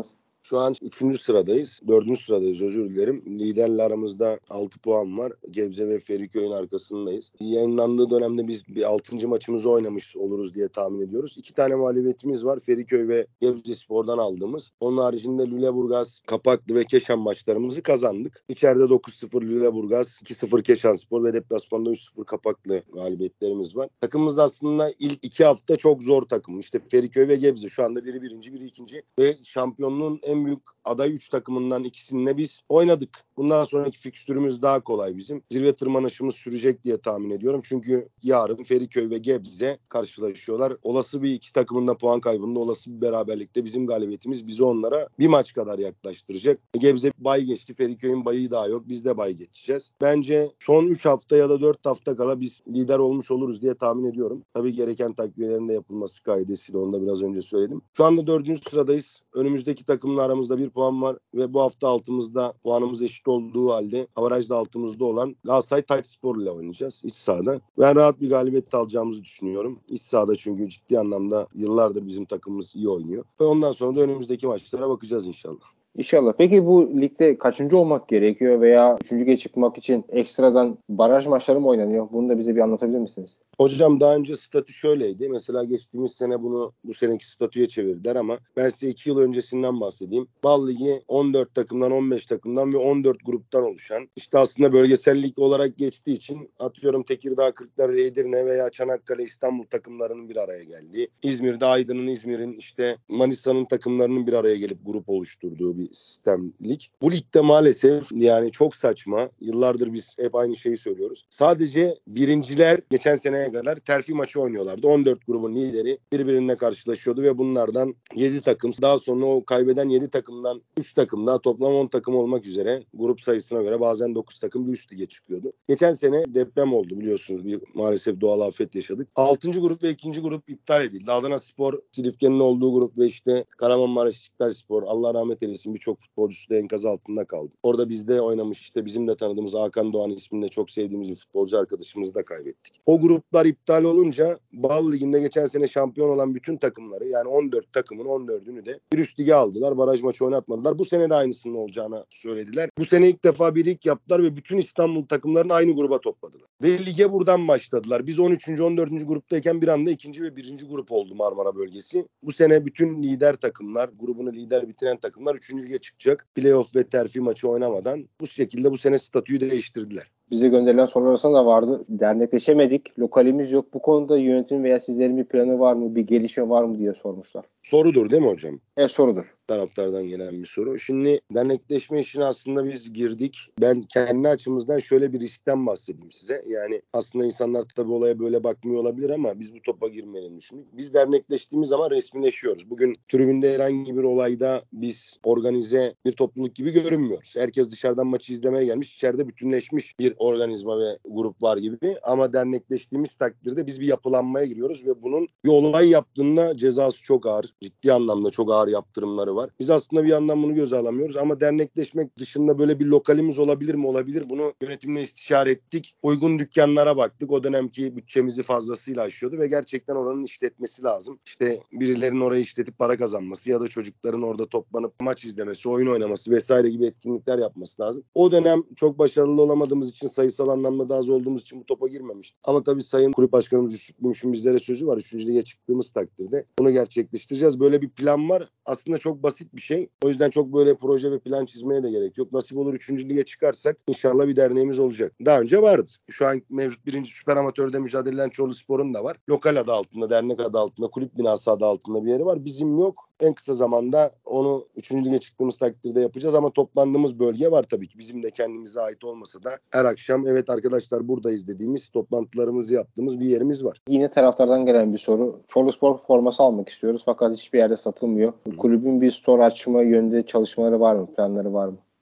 Şu an üçüncü sıradayız. dördüncü sıradayız, özür dilerim. Liderle aramızda altı puan var. Gebze ve Feriköy'ün arkasındayız. Yayınlandığı dönemde biz bir altıncı maçımızı oynamış oluruz diye tahmin ediyoruz. İki tane mağlubiyetimiz var. Feriköy ve Gebzespor'dan aldığımız. Onun haricinde Lüleburgaz, Kapaklı ve Keşan maçlarımızı kazandık. İçeride dokuz sıfır Lüleburgaz, iki sıfır Keşanspor ve deplasmanda üç sıfır Kapaklı galibiyetlerimiz var. Takımımız aslında ilk iki hafta çok zor takım. İşte Feriköy ve Gebze şu anda biri birinci, biri ikinci ve şampiyonluğun en büyük aday üç takımından ikisinde biz oynadık. Bundan sonraki fikstürümüz daha kolay bizim. Zirve tırmanışımız sürecek diye tahmin ediyorum. Çünkü yarın Feriköy ve Gebze karşılaşıyorlar. Olası bir iki takımın da puan kaybında, olası bir beraberlikte bizim galibiyetimiz bizi onlara bir maç kadar yaklaştıracak. Gebze bay geçti. Feriköy'ün bayı daha yok. Biz de bay geçeceğiz. Bence son üç hafta ya da dört hafta kala biz lider olmuş oluruz diye tahmin ediyorum. Tabii gereken takviyelerin de yapılması kaydıyla, onu da biraz önce söyledim. Şu anda dördüncü sıradayız. Önümüzdeki takımla aramızda bir puan var ve bu hafta altımızda puanımız eşit olduğu halde avarajda altımızda olan Galatasaray Taçspor ile oynayacağız iç sahada. Ben rahat bir galibiyet alacağımızı düşünüyorum. İç sahada çünkü ciddi anlamda yıllardır bizim takımımız iyi oynuyor. Ve ondan sonra da önümüzdeki maçlara bakacağız inşallah. İnşallah. Peki bu ligde kaçıncı olmak gerekiyor veya üçüncüye çıkmak için ekstradan baraj maçları mı oynanıyor? Bunu da bize bir anlatabilir misiniz? Hocam daha önce statü şöyleydi. Mesela geçtiğimiz sene bunu bu seneki statüye çevirdiler ama ben size iki yıl öncesinden bahsedeyim. Bal Ligi on dört takımdan, on beş takımdan ve on dört gruptan oluşan. İşte aslında bölgesel lig olarak geçtiği için atıyorum Tekirdağ, Kırklareli, Edirne veya Çanakkale, İstanbul takımlarının bir araya geldiği, İzmir'de Aydın'ın, İzmir'in, işte Manisa'nın takımlarının bir araya gelip grup oluşturduğu bir sistem lig. Bu ligde maalesef yani çok saçma. Yıllardır biz hep aynı şeyi söylüyoruz. Sadece birinciler geçen seneye kadar terfi maçı oynuyorlardı. on dört grubun lideri birbirine karşılaşıyordu ve bunlardan yedi takım, daha sonra o kaybeden yedi takımdan üç takım, daha toplam on takım olmak üzere grup sayısına göre bazen dokuz takım bir üst lige çıkıyordu. Geçen sene deprem oldu biliyorsunuz. Bir maalesef doğal afet yaşadık. altıncı grup ve ikinci grup iptal edildi. Adanaspor, Silifke'nin olduğu grup ve işte Kahramanmaraş İstiklalspor, Allah rahmet eylesin, birçok futbolcusu da enkaz altında kaldı. Orada bizde oynamış, işte bizim de tanıdığımız Hakan Doğan isminde çok sevdiğimiz bir futbolcu arkadaşımızı da kaybettik. O gruplar iptal olunca Bal Ligi'nde geçen sene şampiyon olan bütün takımları, yani on dört takımın on dördünü de bir üst lige aldılar. Baraj maçı oynatmadılar. Bu sene de aynısının olacağını söylediler. Bu sene ilk defa bir lig yaptılar ve bütün İstanbul takımlarını aynı gruba topladılar. Ve lige buradan başladılar. Biz on üçüncü on dördüncü gruptayken bir anda ikinci ve birinci grup oldu Marmara bölgesi. Bu sene bütün lider takımlar, grubunu lider bitiren takımlar üçüncü lige çıkacak. Playoff ve terfi maçı oynamadan bu şekilde bu sene statüyü değiştirdiler. Bize gönderilen sorular arasında da vardı. Dernekleşemedik, lokalimiz yok. Bu konuda yönetim veya sizlerin bir planı var mı, bir gelişme var mı diye sormuşlar. Sorudur değil mi hocam? Evet, sorudur. Taraftardan gelen bir soru. Şimdi dernekleşme işine aslında biz girdik. Ben kendi açımızdan şöyle bir riskten bahsedeyim size. Yani aslında insanlar tabii olaya böyle bakmıyor olabilir ama biz bu topa girmeyelim düşündük. Biz dernekleştiğimiz zaman resmileşiyoruz. Bugün tribünde herhangi bir olayda biz organize bir topluluk gibi görünmüyoruz. Herkes dışarıdan maçı izlemeye gelmiş. İçeride bütünleşmiş bir organizma ve grup var gibi. Ama dernekleştiğimiz takdirde biz bir yapılanmaya giriyoruz ve bunun bir olay yaptığında cezası çok ağır. Ciddi anlamda çok ağır yaptırımları var. Biz aslında bir yandan bunu göze alamıyoruz ama dernekleşmek dışında böyle bir lokalimiz olabilir mi? Olabilir. Bunu yönetimle istişare ettik. Uygun dükkanlara baktık. O dönemki bütçemizi fazlasıyla aşıyordu ve gerçekten oranın işletmesi lazım. İşte birilerinin orayı işletip para kazanması ya da çocukların orada toplanıp maç izlemesi, oyun oynaması vesaire gibi etkinlikler yapması lazım. O dönem çok başarılı olamadığımız için, sayısal anlamda da az olduğumuz için bu topa girmemiştik. Ama tabii Sayın Kulüp Başkanımız Yusuf Gümüş'ün bizlere sözü var. Üçüncü lige çıktığımız takdirde bunu gerçekleştireceğiz. Böyle bir plan var. Aslında çok basit bir şey. O yüzden çok böyle proje ve plan çizmeye de gerek yok. Nasip olur üçüncü lige çıkarsak inşallah bir derneğimiz olacak. Daha önce vardı. Şu an mevcut birinci süper amatörde mücadele eden Çorluspor'un da var. Lokal adı altında, dernek adı altında, kulüp binası adı altında bir yeri var. Bizim yok. En kısa zamanda onu üçüncü lige çıktığımız takdirde yapacağız ama toplandığımız bölge var tabii ki. Bizim de kendimize ait olmasa da her akşam evet arkadaşlar buradayız dediğimiz, toplantılarımızı yaptığımız bir yerimiz var. Yine taraftardan gelen bir soru. Çorluspor forması almak istiyoruz fakat hiçbir yerde satılmıyor. Kulübün bir store açma yönünde çalışmaları var mı? Planları var mı?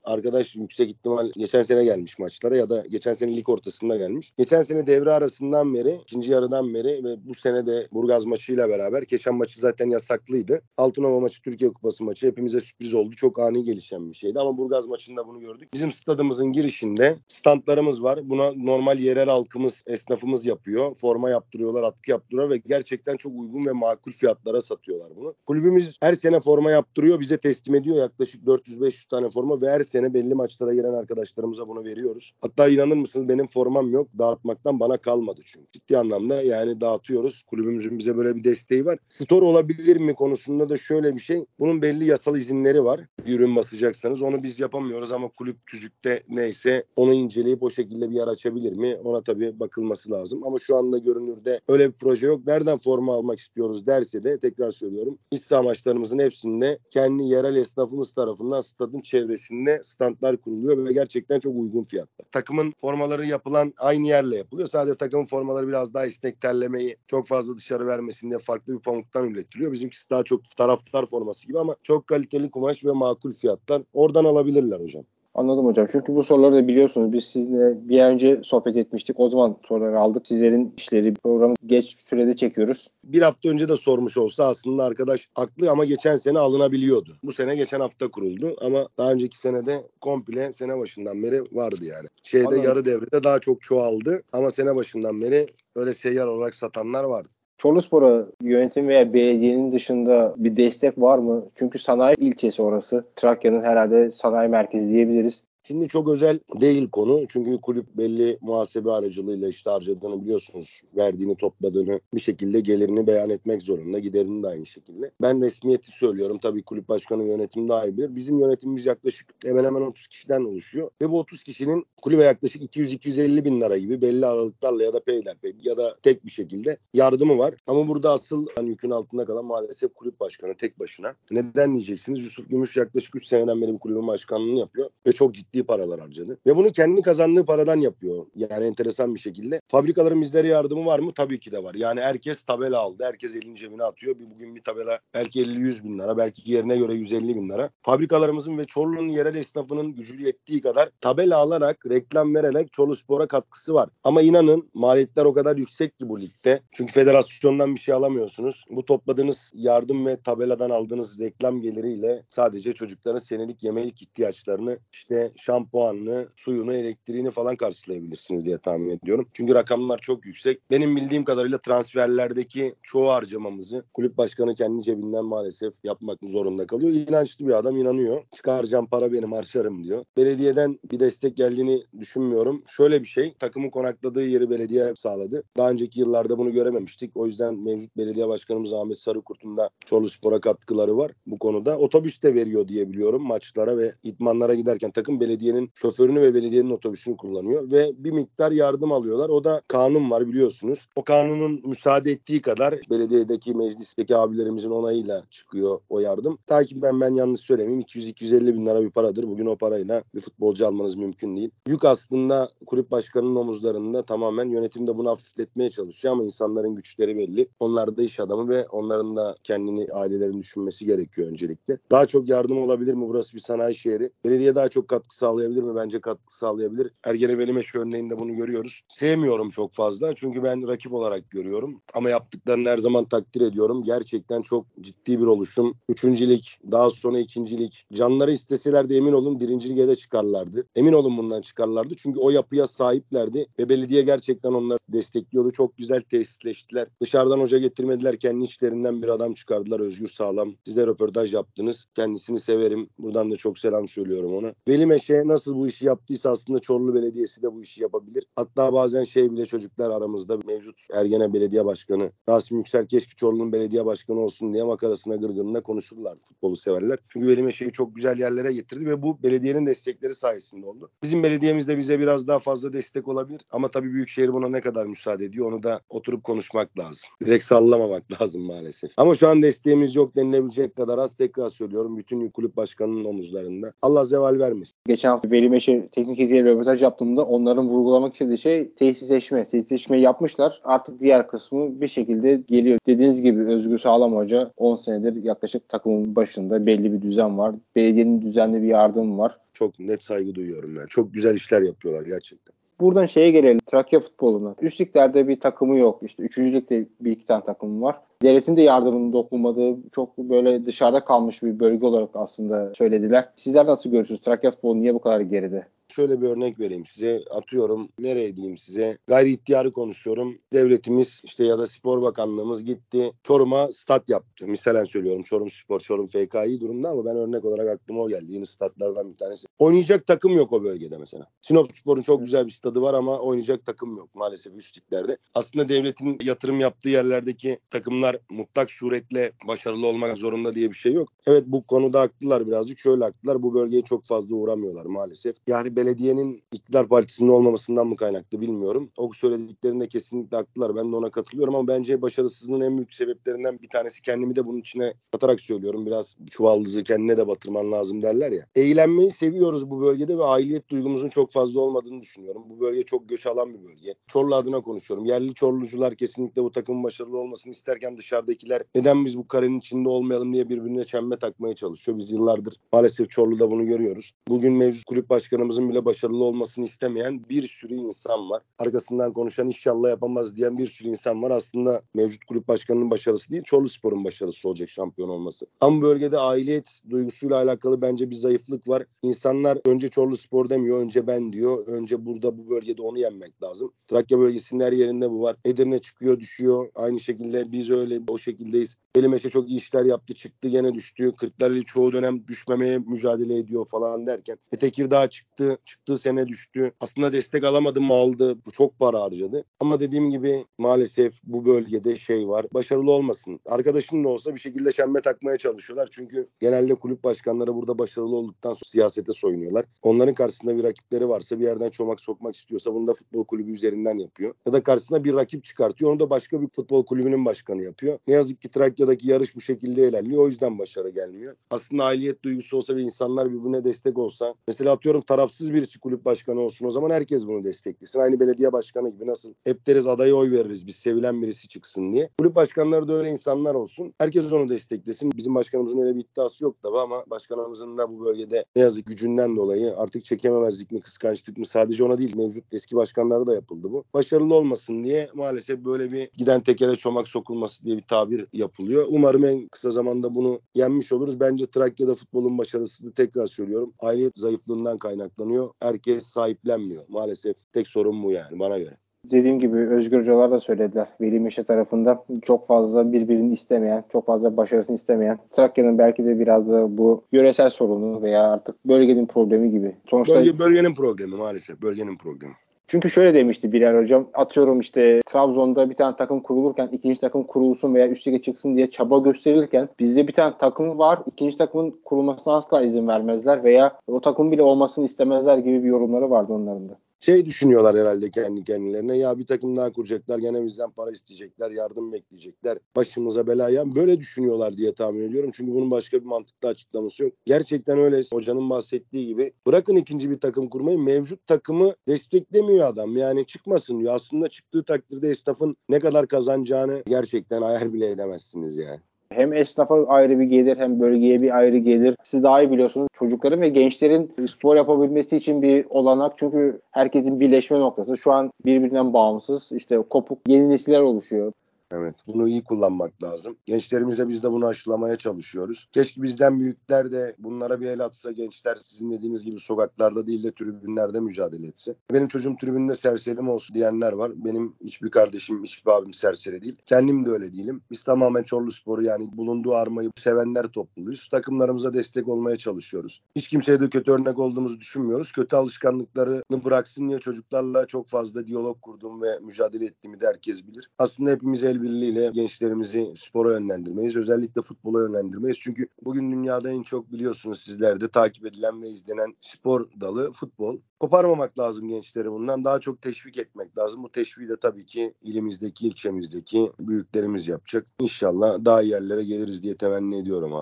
arkadaş yüksek ihtimal geçen sene gelmiş maçlara ya da geçen sene lig ortasında gelmiş. Geçen sene devre arasından beri, ikinci yarıdan beri ve bu sene de Burgaz maçıyla beraber, geçen maçı zaten yasaklıydı. Altınova maçı, Türkiye Kupası maçı hepimize sürpriz oldu. Çok ani gelişen bir şeydi ama Burgaz maçında bunu gördük. Bizim stadımızın girişinde standlarımız var. Buna normal yerel halkımız, esnafımız yapıyor. Forma yaptırıyorlar, atkı yaptırıyorlar ve gerçekten çok uygun ve makul fiyatlara satıyorlar bunu. Kulübümüz her sene forma yaptırıyor, bize teslim ediyor yaklaşık dört yüz beş yüz tane forma ve her sene belli maçlara gelen arkadaşlarımıza bunu veriyoruz. Hatta inanır mısınız, benim formam yok. Dağıtmaktan bana kalmadı çünkü. Ciddi anlamda yani dağıtıyoruz. Kulübümüzün bize böyle bir desteği var. Store olabilir mi konusunda da şöyle bir şey. Bunun belli yasal izinleri var. Bir ürün basacaksanız onu biz yapamıyoruz ama kulüp küçükte neyse onu inceleyip o şekilde bir yer açabilir mi? Ona tabii bakılması lazım. Ama şu anda görünürde öyle bir proje yok. Nereden forma almak istiyoruz derse de tekrar söylüyorum. İç saha maçlarımızın hepsinde kendi yerel esnafımız tarafından stadın çevresinde standlar kuruluyor ve gerçekten çok uygun fiyatta. Takımın formaları yapılan aynı yerle yapılıyor. Sadece takımın formaları biraz daha esnek, terlemeyi çok fazla dışarı vermesin diye farklı bir pamuktan üretiliyor. Bizimkisi daha çok taraftar forması gibi ama çok kaliteli kumaş ve makul fiyatlar. Oradan alabilirler hocam. Anladım hocam. Çünkü bu soruları da biliyorsunuz. Biz sizinle bir ay önce sohbet etmiştik. O zaman soruları aldık. Sizlerin işleri, programı geç sürede çekiyoruz. Bir hafta önce de sormuş olsa aslında arkadaş haklı ama geçen sene alınabiliyordu. Bu sene geçen hafta kuruldu ama daha önceki senede komple sene başından beri vardı yani. Şeyde Anladım. yarı devrede daha çok çoğaldı ama sene başından beri öyle seyyar olarak satanlar vardı. Çorluspor'a yönetim veya belediyenin dışında bir destek var mı? Çünkü sanayi ilçesi orası. Trakya'nın herhalde sanayi merkezi diyebiliriz. Şimdi çok özel değil konu. Çünkü kulüp belli muhasebe aracılığıyla işte harcadığını biliyorsunuz. Verdiğini, topladığını bir şekilde gelirini beyan etmek zorunda. Giderini de aynı şekilde. Ben resmiyeti söylüyorum. Tabii kulüp başkanı ve yönetim daha iyi bilir. Bizim yönetimimiz yaklaşık hemen hemen otuz kişiden oluşuyor. Ve bu otuz kişinin kulübe yaklaşık iki yüz iki yüz elli bin lira gibi belli aralıklarla ya da peyderpey ya da tek bir şekilde yardımı var. Ama burada asıl yani yükün altında kalan maalesef kulüp başkanı tek başına. Neden diyeceksiniz? Yusuf Gümüş yaklaşık üç seneden beri bu kulübün başkanlığını yapıyor. Ve çok ciddi paralar harcadı. Ve bunu kendi kazandığı paradan yapıyor. Yani enteresan bir şekilde. Fabrikaların bizlere yardımı var mı? Tabii ki de var. Yani herkes tabela aldı. Herkes elini cebine atıyor. Bir bugün bir tabela belki elli yüz bin lira. Belki yerine göre yüz elli bin lira. Fabrikalarımızın ve Çorlu'nun yerel esnafının gücü yettiği kadar tabela alarak, reklam vererek Çorluspor'a katkısı var. Ama inanın maliyetler o kadar yüksek ki bu ligde. Çünkü federasyondan bir şey alamıyorsunuz. Bu topladığınız yardım ve tabeladan aldığınız reklam geliriyle sadece çocukların senelik yemelik ihtiyaçlarını işte şampuanını, suyunu, elektriğini falan karşılayabilirsiniz diye tahmin ediyorum. Çünkü rakamlar çok yüksek. Benim bildiğim kadarıyla transferlerdeki çoğu harcamamızı kulüp başkanı kendi cebinden maalesef yapmak zorunda kalıyor. İnançlı bir adam, inanıyor. Çıkaracağım para benim, harcarım diyor. Belediyeden bir destek geldiğini düşünmüyorum. Şöyle bir şey, takımın konakladığı yeri belediye sağladı. Daha önceki yıllarda bunu görememiştik. O yüzden mevcut belediye başkanımız Ahmet Sarıkurt'un da Çorluspor'a katkıları var bu konuda. Otobüs de veriyor diye biliyorum maçlara ve idmanlara giderken takım belediyenin şoförünü ve belediyenin otobüsünü kullanıyor ve bir miktar yardım alıyorlar. O da kanun var biliyorsunuz. O kanunun müsaade ettiği kadar belediyedeki meclisteki abilerimizin onayıyla çıkıyor o yardım. Ta ki ben ben yanlış söylemeyeyim, iki yüz iki yüz elli bin lira bir paradır. Bugün o parayla bir futbolcu almanız mümkün değil. Yük aslında kulüp başkanının omuzlarında, tamamen yönetim de bunu hafifletmeye çalışıyor ama insanların güçleri belli. Onlar da iş adamı ve onların da kendini, ailelerini düşünmesi gerekiyor öncelikle. Daha çok yardım olabilir mi? Burası bir sanayi şehri. Belediye daha çok katkı sağlayabilir mi? Bence katkı sağlayabilir. Ergenebeli Meşe örneğinde bunu görüyoruz. Sevmiyorum çok fazla çünkü ben rakip olarak görüyorum. Ama yaptıklarını her zaman takdir ediyorum. Gerçekten çok ciddi bir oluşum. Üçüncü lig, daha sonra ikinci lig. Canları isteseler de emin olun birinci lige de çıkarlardı. Emin olun bundan çıkarlardı. Çünkü o yapıya sahiplerdi ve belediye gerçekten onları destekliyordu. Çok güzel tesisleştiler. Dışarıdan hoca getirmediler. Kendi içlerinden bir adam çıkardılar. Özgür Sağlam. Siz de röportaj yaptınız. Kendisini severim. Buradan da çok selam söylüyorum ona. Veli Meşe nasıl bu işi yaptıysa aslında Çorlu Belediyesi de bu işi yapabilir. Hatta bazen şey bile, çocuklar aramızda mevcut Ergene Belediye Başkanı Rasim Yüksel keşke Çorlu'nun belediye başkanı olsun diye makarasına gırgınına konuşurlar futbolu severler. Çünkü Veli Meşe'yi çok güzel yerlere getirdi ve bu belediyenin destekleri sayesinde oldu. Bizim belediyemiz de bize biraz daha fazla destek olabilir ama tabii Büyükşehir buna ne kadar müsaade ediyor onu da oturup konuşmak lazım. Direkt sallamamak lazım maalesef. Ama şu an desteğimiz yok denilebilecek kadar az, tekrar söylüyorum. Bütün kulüp başkanının omuzlarında. Allah zeval vermesin. geçen hafta Veli Meşe teknik heyetiyle röportaj yaptığımda onların vurgulamak istediği şey tesisleşme. Tesisleşmeyi yapmışlar. Artık diğer kısmı bir şekilde geliyor. Dediğiniz gibi Özgür Sağlam Hoca on senedir yaklaşık takımın başında, belli bir düzen var. Belediyenin düzenli bir yardımı var. Çok net saygı duyuyorum yani. Çok güzel işler yapıyorlar gerçekten. Buradan şeye gelelim. Trakya futboluna. Üst liglerde bir takımı yok. İşte üçüncü ligde bir iki tane takımı var. Devletin de yardımının dokunmadığı, çok böyle dışarıda kalmış bir bölge olarak aslında söylediler. Sizler nasıl görüyorsunuz? Trakya futbolu niye bu kadar geride? Şöyle bir örnek vereyim size. Atıyorum, nereye diyeyim size? Gayri ihtiyarı konuşuyorum. Devletimiz işte ya da Spor Bakanlığımız gitti Çorum'a stat yaptı. Misalen söylüyorum, Çorum Spor, Çorum F K iyi durumda ama ben örnek olarak aklıma o geldi. Yeni statlardan bir tanesi. Oynayacak takım yok o bölgede mesela. Sinop Spor'un çok güzel bir stadı var ama oynayacak takım yok maalesef üst liglerde. Aslında devletin yatırım yaptığı yerlerdeki takımlar mutlak suretle başarılı olmak zorunda diye bir şey yok. Evet, bu konuda haklılar birazcık. Şöyle haklılar. Bu bölgeye çok fazla uğramıyorlar maalesef. Yani belediyenin iktidar partisinin olmamasından mı kaynaklı bilmiyorum. O söylediklerinde kesinlikle haklılar. Ben de ona katılıyorum ama bence başarısızlığın en büyük sebeplerinden bir tanesi, kendimi de bunun içine katarak söylüyorum. Biraz çuvaldızı kendine de batırman lazım derler ya. Eğlenmeyi seviyoruz bu bölgede ve aidiyet duygumuzun çok fazla olmadığını düşünüyorum. Bu bölge çok göç alan bir bölge. Çorlu adına konuşuyorum. Yerli Çorlucular kesinlikle bu takımın başarılı olmasını isterken dışarıdakiler neden biz bu karenin içinde olmayalım diye birbirine çembe takmaya çalışıyor. Biz yıllardır maalesef Çorlu'da bunu görüyoruz. Bugün mevcut kulüp başkanımızın bile başarılı olmasını istemeyen bir sürü insan var. Arkasından konuşan inşallah yapamaz diyen bir sürü insan var. Aslında mevcut kulüp başkanının başarısı değil, Çorluspor'un başarısı olacak şampiyon olması. Ama bölgede aidiyet duygusuyla alakalı bence bir zayıflık var. İnsanlar önce Çorluspor demiyor, önce ben diyor. Önce burada bu bölgede onu yenmek lazım. Trakya bölgesinin her yerinde bu var. Edirne çıkıyor, düşüyor. Aynı şekilde biz öyle o şekildeyiz. Veli Meşe çok iyi işler yaptı, çıktı, gene düştü. Kırklareli çoğu dönem düşmemeye mücadele ediyor falan derken. E, Tekirdağ çıktı, çıktığı sene düştü. Aslında destek alamadı mı, aldı. Bu çok para harcadı. Ama dediğim gibi maalesef bu bölgede şey var. Başarılı olmasın. Arkadaşın da olsa bir şekilde şembe takmaya çalışıyorlar. Çünkü genelde kulüp başkanları burada başarılı olduktan sonra siyasete soyunuyorlar. Onların karşısında bir rakipleri varsa, bir yerden çomak sokmak istiyorsa bunu da futbol kulübü üzerinden yapıyor. Ya da karşısına bir rakip çıkartıyor. Onu da başka bir futbol kulübünün başkanı yapıyor. Ne yazık ki Trakya'daki yarış bu şekilde ilerliyor. O yüzden başarı gelmiyor. Aslında aidiyet duygusu olsa ve insanlar birbirine destek olsa. Mesela atıyorum, tarafsız birisi kulüp başkanı olsun, o zaman herkes bunu desteklesin. Aynı belediye başkanı gibi, nasıl hep deriz adaya oy veririz biz, sevilen birisi çıksın diye. Kulüp başkanları da öyle insanlar olsun. Herkes onu desteklesin. Bizim başkanımızın öyle bir iddiası yok tabii ama başkanımızın da bu bölgede ne yazık gücünden dolayı artık çekememezlik mi, kıskançlık mı, sadece ona değil mevcut eski başkanlara da yapıldı bu. Başarılı olmasın diye maalesef böyle bir giden tekere çomak sokulması diye bir tabir yapılıyor. Umarım en kısa zamanda bunu yenmiş oluruz. Bence Trakya'da futbolun başarısızlığı, tekrar söylüyorum, aidiyet zayıflığından kaynaklanıyor. Herkes sahiplenmiyor. Maalesef tek sorun bu yani bana göre. Dediğim gibi Özgür Hocalar da söylediler. Veli Meşe tarafında çok fazla birbirini istemeyen, çok fazla başarısını istemeyen. Trakya'nın belki de biraz da bu yöresel sorunu veya artık bölgenin problemi gibi. Sonuçta Bölge, bölgenin problemi maalesef. Bölgenin problemi. çünkü şöyle demişti Bilal Hocam. Atıyorum işte Trabzon'da bir tane takım kurulurken ikinci takım kurulsun veya üst lige çıksın diye çaba gösterilirken bizde bir tane takım var. İkinci takımın kurulmasına asla izin vermezler veya o takım bile olmasını istemezler gibi bir yorumları vardı onların da. Şey düşünüyorlar herhalde kendi kendilerine, ya bir takım daha kuracaklar, gene bizden para isteyecekler, yardım bekleyecekler, başımıza bela, ya böyle düşünüyorlar diye tahmin ediyorum. Çünkü bunun başka bir mantıklı açıklaması yok. Gerçekten öyle, hocanın bahsettiği gibi bırakın ikinci bir takım kurmayı, mevcut takımı desteklemiyor adam. Yani çıkmasın diyor. Aslında çıktığı takdirde esnafın ne kadar kazanacağını gerçekten hayal bile edemezsiniz yani. Hem esnafa ayrı bir gelir hem bölgeye bir ayrı gelir. Siz daha iyi biliyorsunuz. Çocukların ve gençlerin spor yapabilmesi için bir olanak. Çünkü herkesin birleşme noktası şu an birbirinden bağımsız. İşte kopuk yeni nesiller oluşuyor. Evet, bunu iyi kullanmak lazım. Gençlerimize biz de bunu aşılamaya çalışıyoruz. Keşke bizden büyükler de bunlara bir el atsa, gençler sizin dediğiniz gibi sokaklarda değil de tribünlerde mücadele etse. Benim çocuğum tribünde serserim olsun diyenler var. Benim hiçbir kardeşim, hiçbir abim serseri değil. Kendim de öyle değilim. Biz tamamen Çorluspor'u, yani bulunduğu armayı sevenler topluluğuyuz. Takımlarımıza destek olmaya çalışıyoruz. Hiç kimseye de kötü örnek olduğumuzu düşünmüyoruz. Kötü alışkanlıklarını bıraksın diye çocuklarla çok fazla diyalog kurdum ve mücadele ettiğimi de herkes bilir. Aslında hepimiz el birliğiyle gençlerimizi spora yönlendirmeyiz. Özellikle futbola yönlendirmeyiz. Çünkü bugün dünyada en çok, biliyorsunuz sizler de, takip edilen ve izlenen spor dalı futbol. Koparmamak lazım gençleri bundan. Daha çok teşvik etmek lazım. Bu teşviği de tabii ki ilimizdeki, ilçemizdeki büyüklerimiz yapacak. İnşallah daha iyi yerlere geliriz diye temenni ediyorum abi.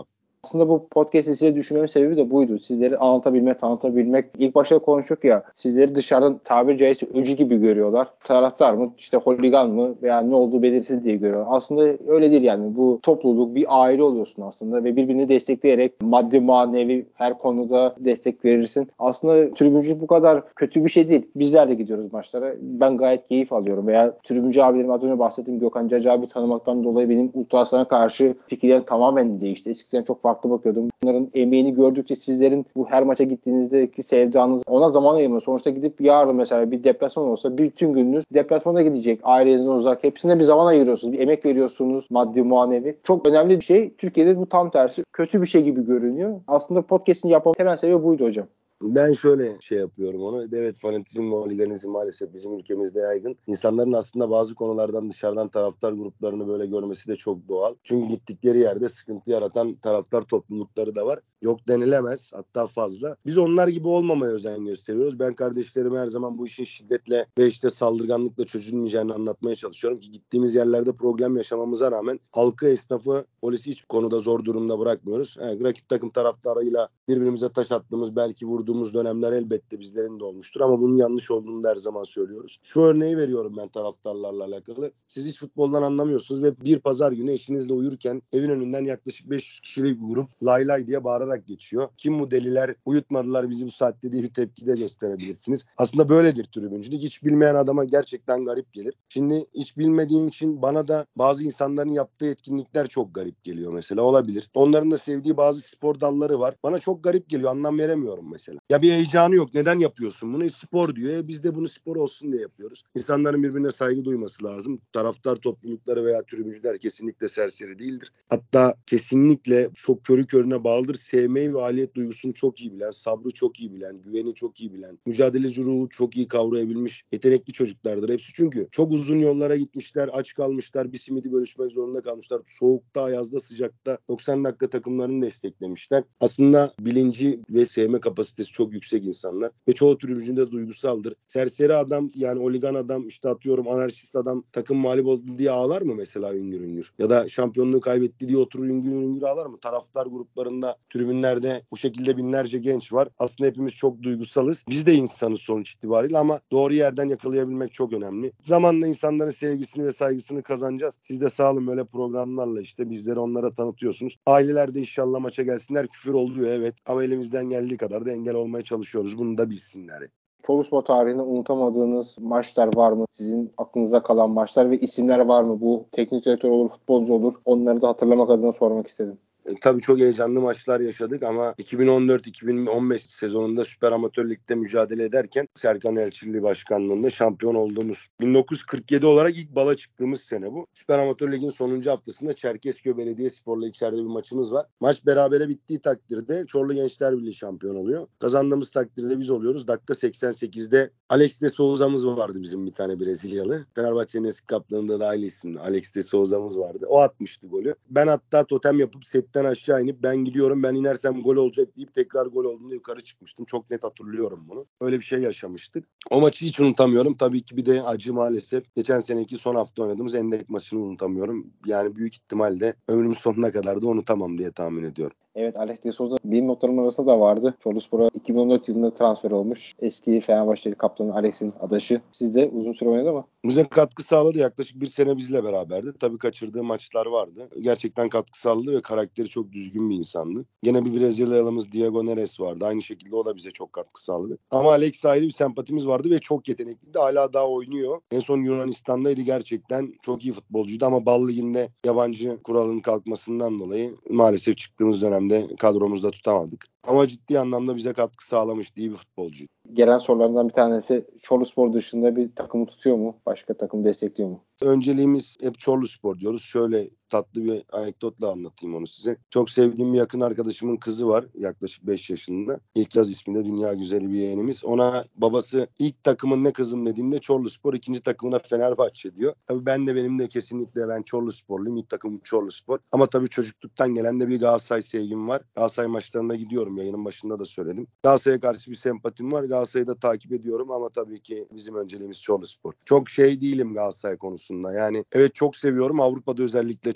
Aslında bu podcast'i size düşünmemin sebebi de buydu. Sizleri anlatabilmek, tanıtabilmek. İlk başta konuştuk ya, sizleri dışarıdan tabiri caizse öcü gibi görüyorlar. Taraftar mı, işte holigan mı veya ne olduğu belirsiz diye görüyorlar. Aslında öyle değil yani. Bu topluluk, bir aile oluyorsun aslında ve birbirini destekleyerek maddi manevi her konuda destek verirsin. Aslında tribüncülük bu kadar kötü bir şey değil. Bizler de gidiyoruz maçlara. Ben gayet keyif alıyorum. Veya tribüncü abilerim, az önce bahsettiğim Gökhan Cacı abi tanımaktan dolayı benim Ultraslan'a karşı fikirlerim tamamen değişti. Eskiden çok farklı bakıyordum. Bunların emeğini gördükçe sizlerin bu her maça gittiğinizdeki sevdanız, ona zaman ayırma. Sonuçta gidip yarın mesela bir deplasman olsa bütün gününüz deplasmana gidecek. Ailenizden uzak. Hepsine bir zaman ayırıyorsunuz. Bir emek veriyorsunuz. Maddi manevi. Çok önemli bir şey. Türkiye'de bu tam tersi. Kötü bir şey gibi görünüyor. Aslında podcast'ini yapmamın temel sebebi buydu hocam. Ben şöyle şey yapıyorum onu. Evet, fanatizm ve holiganizm maalesef bizim ülkemizde yaygın. İnsanların aslında bazı konulardan dışarıdan taraftar gruplarını böyle görmesi de çok doğal. Çünkü gittikleri yerde sıkıntı yaratan taraftar toplulukları da var. Yok denilemez, hatta fazla. Biz onlar gibi olmamaya özen gösteriyoruz. Ben kardeşlerime her zaman bu işin şiddetle ve işte saldırganlıkla çözülmeyeceğini anlatmaya çalışıyorum ki gittiğimiz yerlerde problem yaşamamıza rağmen halkı, esnafı, polisi hiç konuda zor durumda bırakmıyoruz. Yani rakip takım taraftarıyla birbirimize taş attığımız, belki vurduğumuz dönemler elbette bizlerin de olmuştur ama bunun yanlış olduğunu da her zaman söylüyoruz. Şu örneği veriyorum ben taraftarlarla alakalı. Siz hiç futboldan anlamıyorsunuz ve bir pazar günü eşinizle uyurken evin önünden yaklaşık beş yüz kişilik bir grup lay lay diye bağırarak geçiyor. Kim bu deliler, uyutmadılar bizi bu saatte diye bir tepki de gösterebilirsiniz. Aslında böyledir tribüncülük. Hiç bilmeyen adama gerçekten garip gelir. Şimdi hiç bilmediğim için bana da bazı insanların yaptığı etkinlikler çok garip geliyor mesela, olabilir. Onların da sevdiği bazı spor dalları var. Bana çok garip geliyor, anlam veremiyorum mesela. Ya bir heyecanı yok. Neden yapıyorsun bunu? E, spor diyor. E, biz de bunu spor olsun diye yapıyoruz. İnsanların birbirine saygı duyması lazım. Taraftar toplulukları veya tribüncüler kesinlikle serseri değildir. Hatta kesinlikle çok körü körüne bağlıdır. Sevmeyi ve aidiyet duygusunu çok iyi bilen, sabrı çok iyi bilen, güveni çok iyi bilen, mücadeleci ruhu çok iyi kavrayabilmiş yetenekli çocuklardır hepsi. Çünkü çok uzun yollara gitmişler, aç kalmışlar, bir simidi bölüşmek zorunda kalmışlar. Soğukta, ayazda, sıcakta doksan dakika takımlarını desteklemişler. Aslında bilinci ve sevme kapasitesi çok yüksek insanlar ve çoğu tribüncünde duygusaldır. Serseri adam, yani oligan adam, işte atıyorum anarşist adam takım mağlup oldu diye ağlar mı mesela üngür üngür? Ya da şampiyonluğu kaybetti diye oturur üngür üngür ağlar mı? Taraftar gruplarında, tribünlerde bu şekilde binlerce genç var. Aslında hepimiz çok duygusalız. Biz de insanız sonuç itibariyle ama doğru yerden yakalayabilmek çok önemli. Zamanla insanların sevgisini ve saygısını kazanacağız. Siz de sağ olun böyle programlarla işte bizleri onlara tanıtıyorsunuz. Aileler de inşallah maça gelsinler. Küfür oluyor evet ama elimizden geldiği kadar da engel olmaya çalışıyoruz. Bunu da bilsinler. Çoluşma tarihinde unutamadığınız maçlar var mı? Sizin aklınıza kalan maçlar ve isimler var mı? Bu teknik direktör olur, futbolcu olur. Onları da hatırlamak adına sormak istedim. E, tabii çok heyecanlı maçlar yaşadık ama iki bin on dört iki bin on beş sezonunda Süper Amatör Lig'de mücadele ederken Serkan Elçili başkanlığında şampiyon olduğumuz bin dokuz yüz kırk yedi olarak ilk bala çıktığımız sene bu. Süper Amatör Lig'in sonuncu haftasında Çerkezköy Belediyespor'la içeride bir maçımız var. Maç berabere bittiği takdirde Çorlu Gençler Birliği şampiyon oluyor. Kazandığımız takdirde biz oluyoruz. Dakika seksen sekizde Alex de Souza'mız vardı bizim bir tane Brezilyalı. Fenerbahçe'nin eski kaptanında da aile isimli Alex de Souza'mız vardı. O atmıştı golü. Ben hatta totem yapıp set aşağı inip ben gidiyorum, ben inersem gol olacak deyip tekrar gol olduğunda yukarı çıkmıştım. Çok net hatırlıyorum bunu. Öyle bir şey yaşamıştık. O maçı hiç unutamıyorum. Tabii ki bir de acı maalesef. Geçen seneki son hafta oynadığımız Endek maçını unutamıyorum. Yani büyük ihtimalle ömrümün sonuna kadar da unutamam diye tahmin ediyorum. Evet, Alex de Souza benim notlarım arasında da vardı. Çorluspor'a iki bin on dört yılında transfer olmuş. Eski Fenerbahçeli kaptanı Alex'in adaşı. Sizde uzun süre oynadı mı? Bize katkı sağladı. Yaklaşık bir sene bizle beraberdi. Tabii kaçırdığı maçlar vardı. Gerçekten katkı sağladı ve karakteri çok düzgün bir insandı. Gene bir Brezilyalımız Diego Neres vardı. Aynı şekilde o da bize çok katkı sağladı. Ama Alex ayrı bir sempatimiz vardı ve çok yetenekliydi. Hala daha oynuyor. En son Yunanistan'daydı, gerçekten çok iyi futbolcuydu ama Bal Ligi'nde yabancı kuralın kalkmasından dolayı maalesef çıktığımız dönemde kadromuzda tutamadık. Ama ciddi anlamda bize katkı sağlamıştı. İyi bir futbolcuydu. Gelen sorularından bir tanesi, Çorluspor dışında bir takımı tutuyor mu? Başka takım destekliyor mu? Önceliğimiz hep Çorluspor diyoruz. Şöyle tatlı bir anekdotla anlatayım onu size. Çok sevdiğim bir yakın arkadaşımın kızı var. Yaklaşık beş yaşında. İlkaz isminde dünya güzeli bir yeğenimiz. Ona babası ilk takımın ne kızım dediğinde Çorluspor, ikinci takımına Fenerbahçe diyor. Tabii ben de benim de kesinlikle ben Çorlusporluyum. İlk takımım Çorluspor. Ama tabii çocukluktan gelen de bir Galatasaray sevgim var. Galatasaray maçlarına gidiyorum. Yayının başında da söyledim. Galatasaray'a karşı bir sempatim var. Galatasaray'ı da takip ediyorum ama tabii ki bizim önceliğimiz Çorluspor. Çok şey değilim Galatasaray konusunda. Yani evet çok seviyorum. Avrupa'da özellikle çok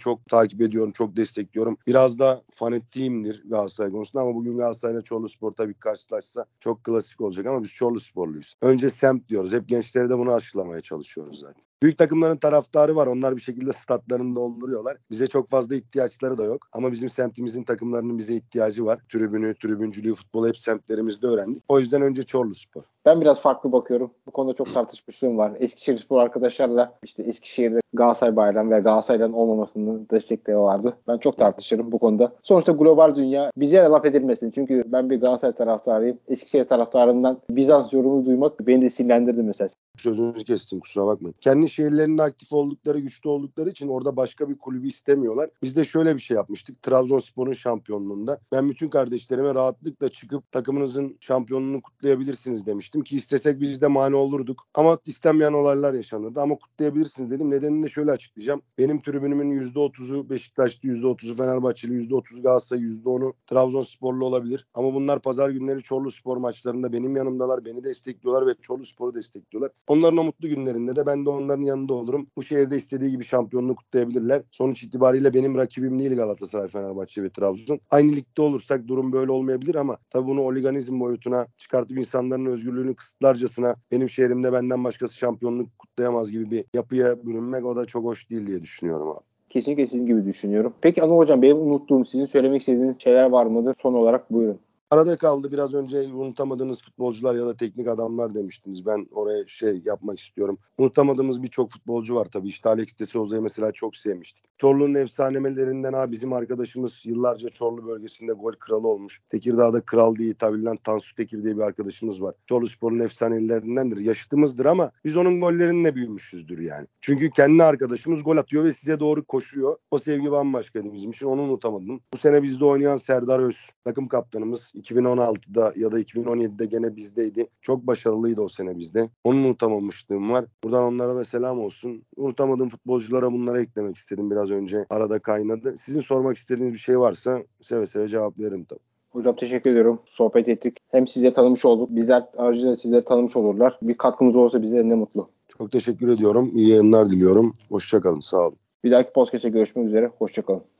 çok takip ediyorum, çok destekliyorum. Biraz da fanatiğimdir Galatasaray konusunda ama bugün Galatasaray'la Çorluspor tabii karşılaşsa çok klasik olacak ama biz Çorlusporluyuz. Önce semt diyoruz. Hep gençlere de bunu aşılamaya çalışıyoruz zaten. Büyük takımların taraftarı var. Onlar bir şekilde statlarını dolduruyorlar. Bize çok fazla ihtiyaçları da yok. Ama bizim semtimizin takımlarının bize ihtiyacı var. Tribünü, tribüncülüğü, futbolu hep semtlerimizde öğrendik. O yüzden önce Çorluspor. Ben biraz farklı bakıyorum. Bu konuda çok tartışmışlığım var. Eskişehirspor arkadaşlarla işte Eskişehir'de Galatasaray bayrağının ve Galatasaray'dan olmamasının destekleri vardı. Ben çok tartışırım bu konuda. Sonuçta global dünya bize laf edilmesin. Çünkü ben bir Galatasaray taraftarıyım. Eskişehir taraftarından Bizans yorumu duymak beni de sinirlendirdi mesela. Sözünüzü kestim, kusura bakmayın. Kendi şehirlerinde aktif oldukları, güçlü oldukları için orada başka bir kulübü istemiyorlar. Biz de şöyle bir şey yapmıştık. Trabzonspor'un şampiyonluğunda ben bütün kardeşlerime rahatlıkla çıkıp takımınızın şampiyonluğunu kutlayabilirsiniz demiştim ki istesek biz de mani olurduk. Ama istenmeyen olaylar yaşanırdı ama kutlayabilirsiniz dedim. Nedenini de şöyle açıklayacağım. Benim tribünümün yüzde otuzu Beşiktaşlı, yüzde otuzu Fenerbahçeli, yüzde otuzu Galatasaray, yüzde onu Trabzonsporlu olabilir. Ama bunlar pazar günleri Çorluspor maçlarında benim yanımdalar, beni destekliyorlar ve Çorluspor'u destekliyorlar. Onların o mutlu günlerinde de ben de onların yanında olurum. Bu şehirde istediği gibi şampiyonluğu kutlayabilirler. Sonuç itibariyle benim rakibim değil Galatasaray, Fenerbahçe ve Trabzon. Aynı ligde olursak durum böyle olmayabilir ama tabii bunu oliganizm boyutuna çıkartıp insanların özgürlüğünü kısıtlarcasına benim şehrimde benden başkası şampiyonluk kutlayamaz gibi bir yapıya bürünmek o da çok hoş değil diye düşünüyorum abi. Kesinlikle sizin gibi düşünüyorum. Peki Anıl Hocam, benim unuttuğum, sizin söylemek istediğiniz şeyler var mıdır? Son olarak buyurun. Arada kaldı. Biraz önce unutamadığınız futbolcular ya da teknik adamlar demiştiniz. Ben oraya şey yapmak istiyorum. Unutamadığımız birçok futbolcu var tabii. İşte Alex de Souza'yı mesela çok sevmiştik. Çorlu'nun efsanemelerinden ha bizim arkadaşımız yıllarca Çorlu bölgesinde gol kralı olmuş. Tekirdağ'da kral diye hitap edilen Tansu Tekir diye bir arkadaşımız var. Çorluspor'un efsanelerindendir. Yaşıtımızdır ama biz onun gollerinle büyümüşüzdür yani. Çünkü kendi arkadaşımız gol atıyor ve size doğru koşuyor. O sevgi bambaşkaydı bizim için. Onu unutamadım. Bu sene bizde oynayan Serdar Öz, takım kaptanımız. iki bin on altıda ya da iki bin on yedide gene bizdeydi. Çok başarılıydı o sene bizde. Onun unutamamışlığım var. Buradan onlara da selam olsun. Unutamadığım futbolculara bunları eklemek istedim. Biraz önce arada kaynadı. Sizin sormak istediğiniz bir şey varsa seve seve cevap veririm tabii. Hocam teşekkür ediyorum. Sohbet ettik. Hem size tanımış olduk. Bizler aracılığıyla sizleri tanımış olurlar. Bir katkımız olursa bize ne mutlu. Çok teşekkür ediyorum. İyi yayınlar diliyorum. Hoşça kalın. Sağ olun. Bir dahaki podcast'te görüşmek üzere. Hoşça kalın.